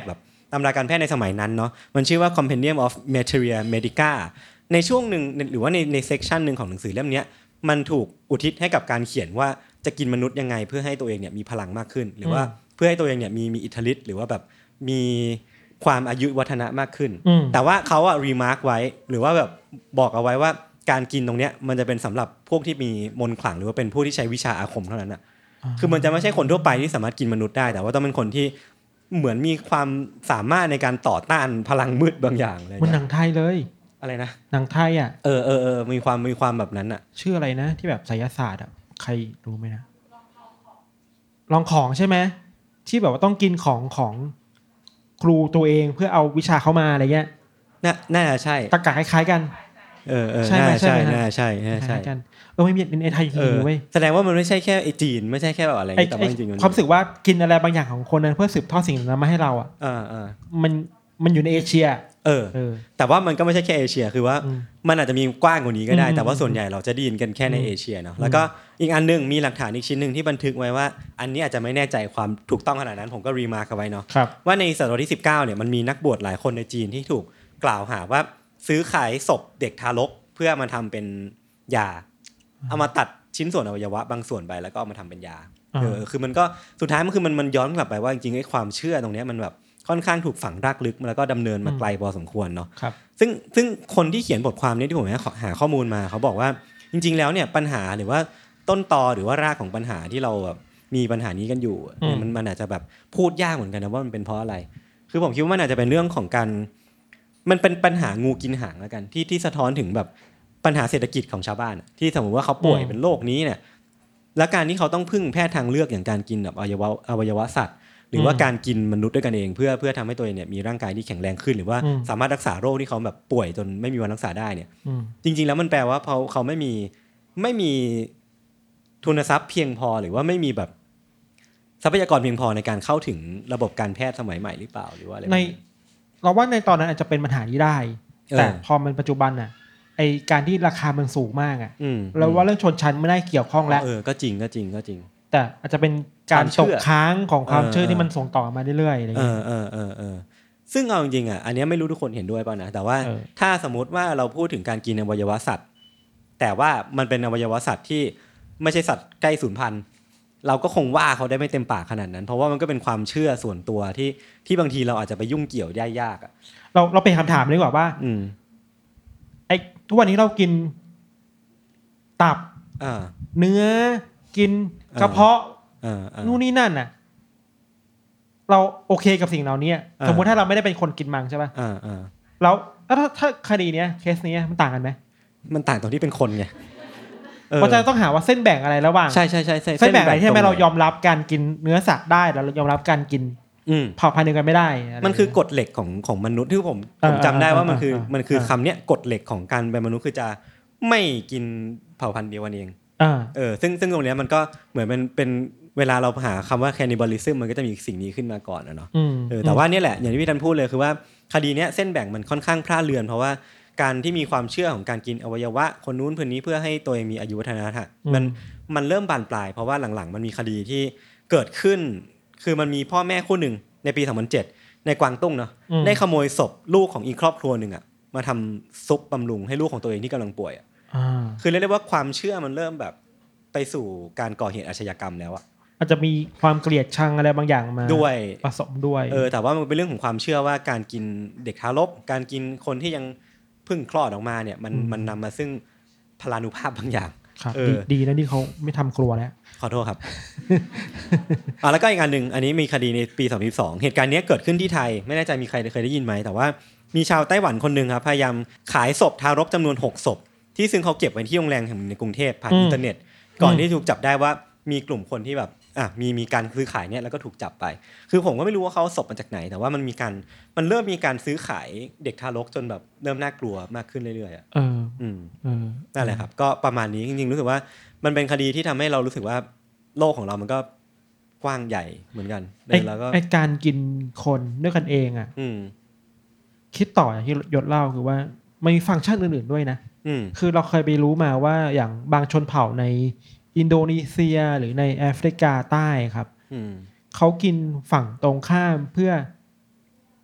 ตำราการแพทย์ในสมัยนั้นเนาะมันชื่อว่า Compendium of Materia Medica ในช่วงหนึ่งหรือว่าในเซกชันหนึ่งของหนังสือเล่มนี้มันถูกอุทิศให้กับการเขียนว่าจะกินมนุษย์ยังไงเพื่อให้ตัวเองเนี่ยมีพลังมากขึ้นหรือว่าเพื่อให้ตัวเองเนี่ยมีอิทธิฤทธิ์หรือว่าแบบมีความอายุวัฒนะมากขึ้นแต่ว่าเขาอะรีมาร์คไว้หรือว่าแบบบอกเอาไว้ว่าการกินตรงเนี้ยมันจะเป็นสำหรับพวกที่มีมนต์ขลังหรือว่าเป็นผู้ที่ใช้วิชาอาคมเท่านั้นอะคือมันจะไม่ใช่คนทั่วไปที่สามารถกินมนุษย์ได้แต่ว่าต้องเป็นคนที่เหมือนมีความสามารถในการต่อต้านพลังมืดบางอย่างเลยมันหนังไทยเลยอะไรนะหนังไทยอ่ะมีความแบบนั้นอ่ะชื่ออะไรนะที่แบบไสยศาสตร์อ่ะใครรู้ไหมนะลองของใช่ไหมที่แบบว่าต้องกินของครูตัวเองเพื่อเอาวิชาเข้ามาอะไรเงี้ยน่าจะใช่ตะกะคล้ายๆกันใช่ใช่กันไม่มีในไทยจริงๆเว้ยแสดงว่ามันไม่ใช่แค่ไอจีนไม่ใช่แค่แบบอะไรแต่ว่าจริงๆความรู้สึกว่ากินอะไรบางอย่างของคนนั้นเพื่อสืบทอดสิ่งนั้นมาให้เราอ่ะมันอยู่ในเอเชียแต่ว่ามันก็ไม่ใช่แค่เอเชียคือว่ามันอาจจะมีกว้างกว่านี้ก็ได้แต่ว่าส่วนใหญ่เราจะได้ยินกันแค่ในเอเชียเนาะแล้วก็อีกอันนึงมีหลักฐานอีกชิ้นนึงที่บันทึกไว้ว่าอันนี้อาจจะไม่แน่ใจความถูกต้องขนาดนั้นผมก็รีมาร์คเอาไว้เนาะว่าในศตวรรษที่19เนี่ยมันมีนักบวชหลายคนในจีนที่ถูกกล่าวหาว่าซื้อขายศพเด็กทารกเพื่อมาทำเป็นยาเอามาตัดชิ้นส่วนอวัยวะบางส่วนไปแล้วก็เอามาทำเป็นยาคือมันก็สุดท้ายมันย้อนกลับไปว่าจริงๆไอ้ความเชื่อตรงนี้มันแบบค่อนข้างถูกฝังรากลึกแล้วก็ดำเนินมาไกลพอสมควรเนาะซึ่งคนที่เขียนบทความนี้ที่ผมหาข้อมูลมาเขาบอกว่าจริงๆแล้วเนี่ยปัญหาหรือว่าต้นตอหรือว่ารากของปัญหาที่เราแบบมีปัญหานี้กันอยู่มันอาจจะแบบพูดยากเหมือนกันนะว่ามันเป็นเพราะอะไรคือผมคิดว่ามันอาจจะเป็นเรื่องของการมันเป็นปัญหางูกินหางแล้วกันที่สะท้อนถึงแบบปัญหาเศรษฐกิจของชาวบ้านที่สมมติว่าเขาป่วยเป็นโรคนี้เนี่ยและการที่เขาต้องพึ่งแพทย์ทางเลือกอย่างการกินแบบอวัยวะสัตว์หรือว่าการกินมนุษย์ด้วยกันเองเพื่อทำให้ตัวเองเนี่ยมีร่างกายที่แข็งแรงขึ้นหรือว่าสามารถรักษาโรคที่เขาแบบป่วยจนไม่มีวันรักษาได้เนี่ยจริงๆแล้วมันแปลว่าเขาไม่มีทุนทรัพย์เพียงพอหรือว่าไม่มีแบบทรัพยากรเพียงพอในการเข้าถึงระบบการแพทย์สมัยใหม่หรือเปล่าหรือว่าอะไรเราว่าในตอนนั้นอาจจะเป็นปัญหานี้ได้แต่พอมันปัจจุบันน่ะไอการที่ราคามันสูงมากอ่ะเราว่าเรื่องชนชั้นไม่ได้เกี่ยวข้องแล้วก็จริงแต่อาจจะเป็นการตกค้างของความเชื่อที่มันส่งต่อมาเรื่อยๆอะไรอย่างเงี้ยซึ่งเอาจริงๆอ่ะอันนี้ไม่รู้ทุกคนเห็นด้วยป่ะนะแต่ว่าถ้าสมมติว่าเราพูดถึงการกินอวัยวะสัตว์แต่ว่ามันเป็นอวัยวะสัตว์ที่ไม่ใช่สัตว์ใกล้สูญพันธุ์เราก็คงว่าเขาได้ไม่เต็มปากขนาดนั้นเพราะว่ามันก็เป็นความเชื่อส่วนตัวที่บางทีเราอาจจะไปยุ่งเกี่ยวได้ยากอ่ะเราไปคำถามเลยดีกว่าว่าไอ้ทุกวันนี้เรากินตับเนื้อกินกระเพาะนู่นนี่นั่นน่ะเราโอเคกับสิ่งเหล่านี้สมมติถ้าเราไม่ได้เป็นคนกินมังใช่ป่ะแล้วถ้าคดีเนี้ยเคสนี้มันต่างกันไหมมันต่างตรงที่เป็นคนไงเพราะจะต้องหาว่าเส้นแบ่งอะไรระหว่างใช่เส้นแบ่งอะไรที่ทำให้เรายอมรับการกินเนื้อสัตว์ได้แล้วเรายอมรับการกินเผ่าพันธุ์เดียวกันไม่ได้มันคือกฎเหล็กของมนุษย์ที่ผมจำได้ว่ามันคือคำเนี้ยกฎเหล็กของการเป็นมนุษย์คือจะไม่กินเผ่าพันธุ์เดียวกันเองซึ่งตรงเนี้ยมันก็เหมือนเป็นเวลาเราหาคำว่า cannibalism มันก็จะมีสิ่งนี้ขึ้นมาก่อนนะเนาะแต่ว่านี่แหละอย่างที่พี่ทันพูดเลยคือว่าคดีเนี้ยเส้นแบ่งมันค่อนข้างพร่าเรือนเพราะว่าการที่มีความเชื่อของการกินอวัยวะคนนู้นคนนี้เพื่อให้ตัวเองมีอายุวัฒนะมันเริ่มบานปลายเพราะว่าหลังๆมันมีคดีที่เกิดขึ้นคือมันมีพ่อแม่คู่หนึ่งในปี2007ในกวางตุ้งเนาะได้ขโมยศพลูกของอีกครอบครัวหนึ่งมาทำซุปบำรุงให้ลูกของตัวเองที่กำลังป่วยคือเรียกได้ว่าความเชื่อมันเริ่มแบบไปสู่การก่อเหตุอาชญากรรมแล้วอาจจะมีความเกลียดชังอะไรบางอย่างมาด้วยผสมด้วยแต่ว่ามันเป็นเรื่องของความเชื่อว่าการกินเด็กทารกการกินคนที่ยังเพิ่งคลอดออกมาเนี่ยมันนำมาซึ่งพลานุภาพบางอย่างดีนะที่เขาไม่ทำครัวแล้วขอโทษครับ แล้วก็อีกอันนึงอันนี้มีคดีในปี2012เหตุการณ์นี้เกิดขึ้นที่ไทยไม่แน่ใจมีใครเคยได้ยินไหมแต่ว่ามีชาวไต้หวันคนนึงครับพยายามขายศพทารกจำนวน6ศพที่ซึ่งเขาเก็บไว้ที่โรงแรมแห่งในกรุงเทพผ่านอินเทอร์เน็ตก่อนที่ถูกจับได้ว่ามีกลุ่มคนที่แบบมีการซื้อขายเนี่ยแล้วก็ถูกจับไปคือผมก็ไม่รู้ว่าเขาศพมาจากไหนแต่ว่ามันเริ่มมีการซื้อขายเด็กทารกจนแบบเริ่มน่ากลัวมากขึ้นเรื่อยๆนั่นแหละครับก็ประมาณนี้จริงๆรู้สึกว่ามันเป็นคดีที่ทำให้เรารู้สึกว่าโลกของเรามันก็กว้างใหญ่เหมือนกันแล้วก็การกินคนด้วยกันเองคิดต่ออย่างที่ยศเล่าคือว่ามันมีฟังก์ชันอื่นๆด้วยนะคือเราเคยไปรู้มาว่าอย่างบางชนเผ่าในอินโดนีเซียหรือในแอฟริกาใต้ครับเขากินฝั่งตรงข้ามเพื่อ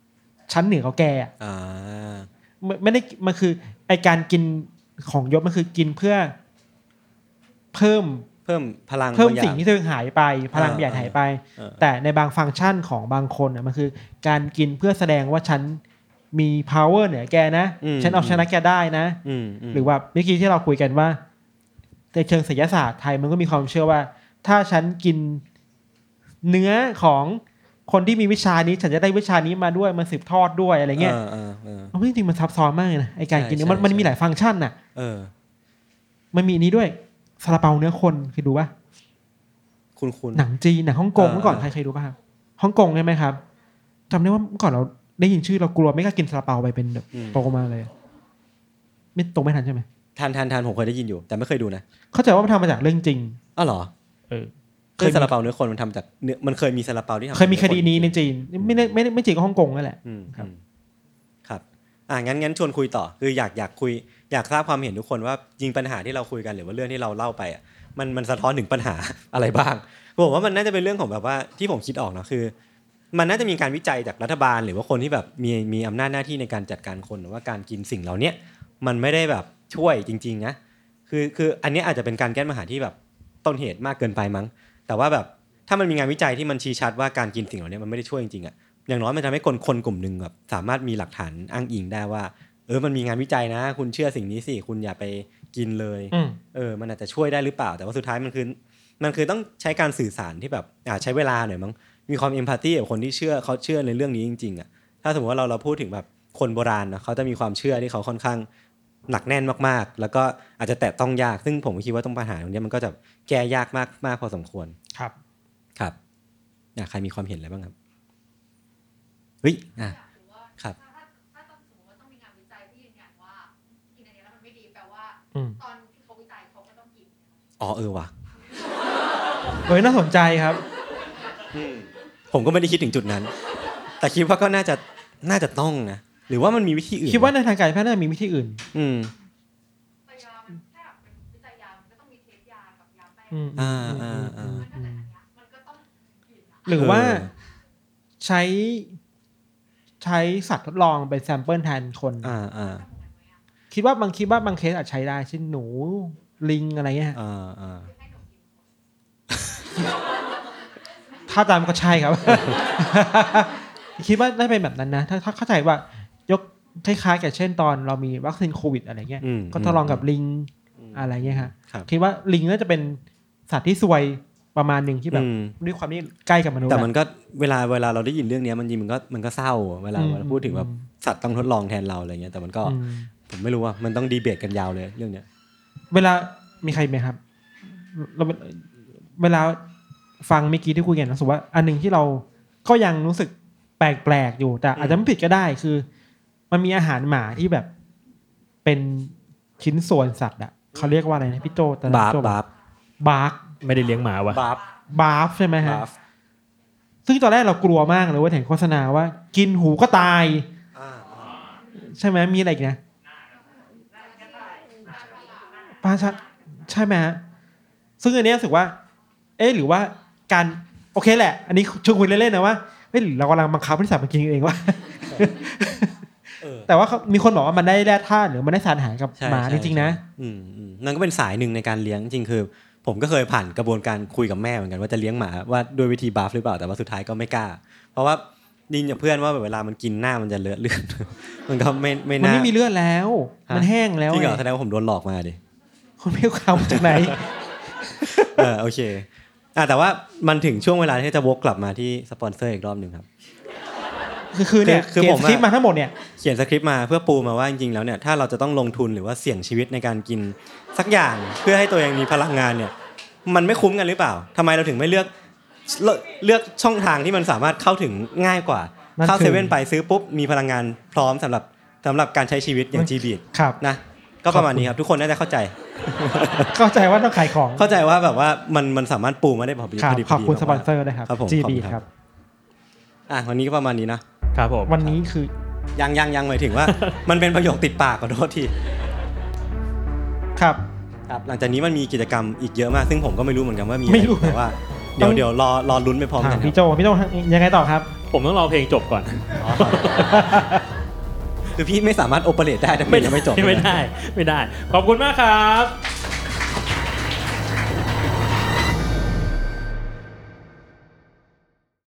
ชั้นเหนือกว่าแกอ่ะอ่าไม่ได้มันคือไอการกินของยศมันคือกินเพื่อเพิ่มพลังเพิ่มบางอย่าสิ่งที่ตัวเองหายไปพลังใหญ่หายไป แต่ในบางฟังก์ชันของบางคนอ่ะมันคือการกินเพื่อแสดงว่าฉันมี power เหนือแกนะฉันเอาชนะแกได้นะหรือว่าเมื่อกี้ที่เราคุยกันว่าในเชิงศิลปศาสตร์ไทยมันก็มีความเชื่อว่าถ้าฉันกินเนื้อของคนที่มีวิชานี้ฉันจะได้วิชานี้มาด้วยมันสืบทอดด้วยอะไรเงี้ยเพราะจริงๆมันซับซ้อนมากเลยนะไอการกินเนี่ยมันมีหลายฟังก์ชันน่ะมันมีอันนี้ด้วยซาลาเปาเนื้อคนเคยดูป่ะคุณหนังจีนหนังฮ่องกงเมื่อก่อนใครเคยดูป่ะครับฮ่องกงใช่ไหมครับจำได้ว่าเมื่อก่อนเราได้ยินชื่อเรากลัวไม่กล้ากินซาลาเปาไปเป็นแบบโตมาเลยไม่ตรงไม่ทันใช่ไหมทันผมเคยได้ยินอยู่แต่ไม่เคยดูนะเข้าใจว่ามันทำมาจากเรื่องจริงอ๋อเหรอเคยซาลาเปาเนื้อคนมันทำจากเนื้อมันเคยมีซาลาเปาที่ทำเคยมีคดีนี้ในจีนไม่จริงก็ฮ่องกงนั่นแหละครับงั้นชวนคุยต่อคืออยากคุยอยากทราบความเห็นทุกคนว่าจริงปัญหาที่เราคุยกันหรือว่าเรื่องที่เราเล่าไปอ่ะมันสะท้อนถึงปัญหาอะไรบ้างผมว่ามันน่าจะเป็นเรื่องของแบบว่าที่ผมคิดออกนะคือมันน่าจะมีการวิจัยจากรัฐบาลหรือว่าคนที่แบบมีอำนาจหน้าที่ในการจัดการคนว่าการกินสิ่งเหล่านี้มันไม่ได้แบบช่วยจริงๆนะคืออันนี้อาจจะเป็นการแก้ปัญหาที่แบบต้นเหตุมากเกินไปมั้งแต่ว่าแบบถ้ามันมีงานวิจัยที่มันชี้ชัดว่าการกินสิ่งเหล่านี้มันไม่ได้ช่วยจริงๆอ่ะอย่างน้อยมันทำให้คนกลุ่มนึงแบบสามารถมีหลักฐานอ้างอิงได้ว่ามันมีงานวิจัยนะคุณเชื่อสิ่งนี้สิคุณอย่าไปกินเลยมันอาจจะช่วยได้หรือเปล่าแต่ว่าสุดท้ายมันคือต้องใช้การสื่อสารที่แบบใช้เวลาหน่อยมั้งมีความเอมพาธีกับคนที่เขาเชื่อในเรื่องนี้จริงๆอ่ะถ้าสมมติว่าเราพูดถึงแบบคนโบราณนะเขาจะมีความเชื่อที่เขาค่อนข้างหนักแน่นมากๆแล้วก็อาจจะแตะต้องยากซึ่งผมคิดว่าต้องปัญหาตรงนี้มันก็จะแก้ยากมากพอสมควรครับใครมีความเห็นอะไรบ้างครับเฮ้ยครับถ้าต้องสมมติว่าต้องมีงานวิจัยที่ยืนยันว่ากินอันนี้แล้วมันไม่ดีแปลว่าตอนที่เขาวิจัยเขาก็ต้องกินว่ะน่าสนใจครับผมก็ไม่ได้คิดถึงจุดนั้นแต่คิดว่าก็น่าจะต้องนะหรือว่ามันมีวิธีอื่นคิดว่าในทางการแพทย์น่าจะมีวิธีอื่นแต่ยาแค่เป็นวิจัยยามันก็ต้องมีเทสยากับยาแป้งมันก็ต้องกินหรือว่าใช้สัตว์ทดลองเป็นแซมเปิลแทนคนคิดว่าบางเคสอาจใช้ได้เช่นหนูลิงอะไรเงี้ยถ้าตามก็ใช่ครับ คิดว่าน่าจะเป็นแบบนั้นนะถ้าเข้าใจว่ายกคล้ายๆกับเช่นตอนเรามีวัคซีนโควิดอะไรเงี้ยก็ทดลองกับลิงอะไรเงี้ยครับคิดว่าลิงน่าจะเป็นสัตว์ที่ซวยประมาณหนึ่งที่แบบด้วยความที่ใกล้กับมนุษย์แต่มันก็เวลาเราได้ยินเรื่องนี้มันก็เศร้าเวลาพูดถึงแบบสัตว์ต้องทดลองแทนเราอะไรเงี้ยแต่มันก็ผมไม่รู้ว่ามันต้องดีเบตกันยาวเลยเรื่องเนี้ยเวลามีใครไหมครับเวลาฟังเมื่อกี้ที่คุยกันรู้สึกว่าอันนึงที่เราก็ยังรู้สึกแปลกๆอยู่แต่อาจจะไม่ผิดก็ได้คือมันมีอาหารหมาที่แบบเป็นชิ้นส่วนสัตว์อ่ะเขาเรียกว่าอะไรนะพี่โจแต่บาร์ฟไม่ได้เลี้ยงหมาวะบาร์ฟใช่ไหมฮะซึ่งตอนแรกเรากลัวมากเลยว่าเห็นโฆษณาว่ากินหูก็ตายใช่ไหมมีอะไรอีกนะปลาชัดใช่ไหมฮะซึ่งอันนี้รู้สึกว่าหรือว่าการโอเคแหละอันนี้ชวนคุยเล่นๆนะว่าหรือเรากำลังบังคับให้สัตว์มันกินเองว่าแต่ว่ามีคนบอกว่ามันได้แร่ธาตุหรือมันได้สารอาหารกับหมาจริงๆนะนั่นก็เป็นสายหนึ่งในการเลี้ยงจริงคือผมก็เคยผ่านกระบวนการคุยกับแม่เหมือนกันว่าจะเลี้ยงหมาว่าด้วยวิธีบัฟหรือเปล่าแต่ว่าสุดท้ายก็ไม่กล้าเพราะว่าดินกับเพื่อนว่าแบบเวลามันกินหน้ามันจะเลอะเลือดมันก็ไม่น่ามันไม่มีเลือดแล้วมันแห้งแล้วจริงเหรอแสดงว่าผมโดนหลอกมาดิคุณไม่เข้าจากไหนโอเคแต่ว่ามันถึงช่วงเวลาที่จะวกกลับมาที่สปอนเซอร์อีกรอบนึงครับคือเนี่ยเขียนสคริปต์มาทั้งหมดเนี่ยเขียนสคริปต์มาเพื่อปูมาว่าจริงๆแล้วเนี่ยถ้าเราจะต้องลงทุนหรือว่าเสี่ยงชีวิตในการกินสักอย่างเพื่อให้ตัวเองมีพลังงานเนี่ยมันไม่คุ้มกันหรือเปล่าทำไมเราถึงไม่เลือกช่องทางที่มันสามารถเข้าถึงง่ายกว่าเข้าเซเว่นไปซื้อปุ๊บมีพลังงานพร้อมสำหรับการใช้ชีวิตอย่าง G-Beat นะก็ประมาณนี้ครับทุกคนน่าจะเข้าใจว่าต้องขายของเข้าใจว่าแบบว่ามันสามารถปูมาได้พอดีขอบคุณสปอนเซอร์นะครับ G-Beat ครับวันนี้ก็ประมาณนี้นะครับผมวันนี้คือยังหมายถึงว่ามันเป็นประโยคติดปากขอโทษทีครับหลังจากนี้มันมีกิจกรรมอีกเยอะมากซึ่งผมก็ไม่รู้เหมือนกันว่ามีแต่ว่าเดี๋ยวรอลุ้นไปพร้อมกันพี่โจยังไงต่อครับผมต้องรอเพลงจบก่อนคือพี่ไม่สามารถโอเปเรตได้ถ้าเพลงยังไม่จบไม่ได้ ขอบคุณมากครับ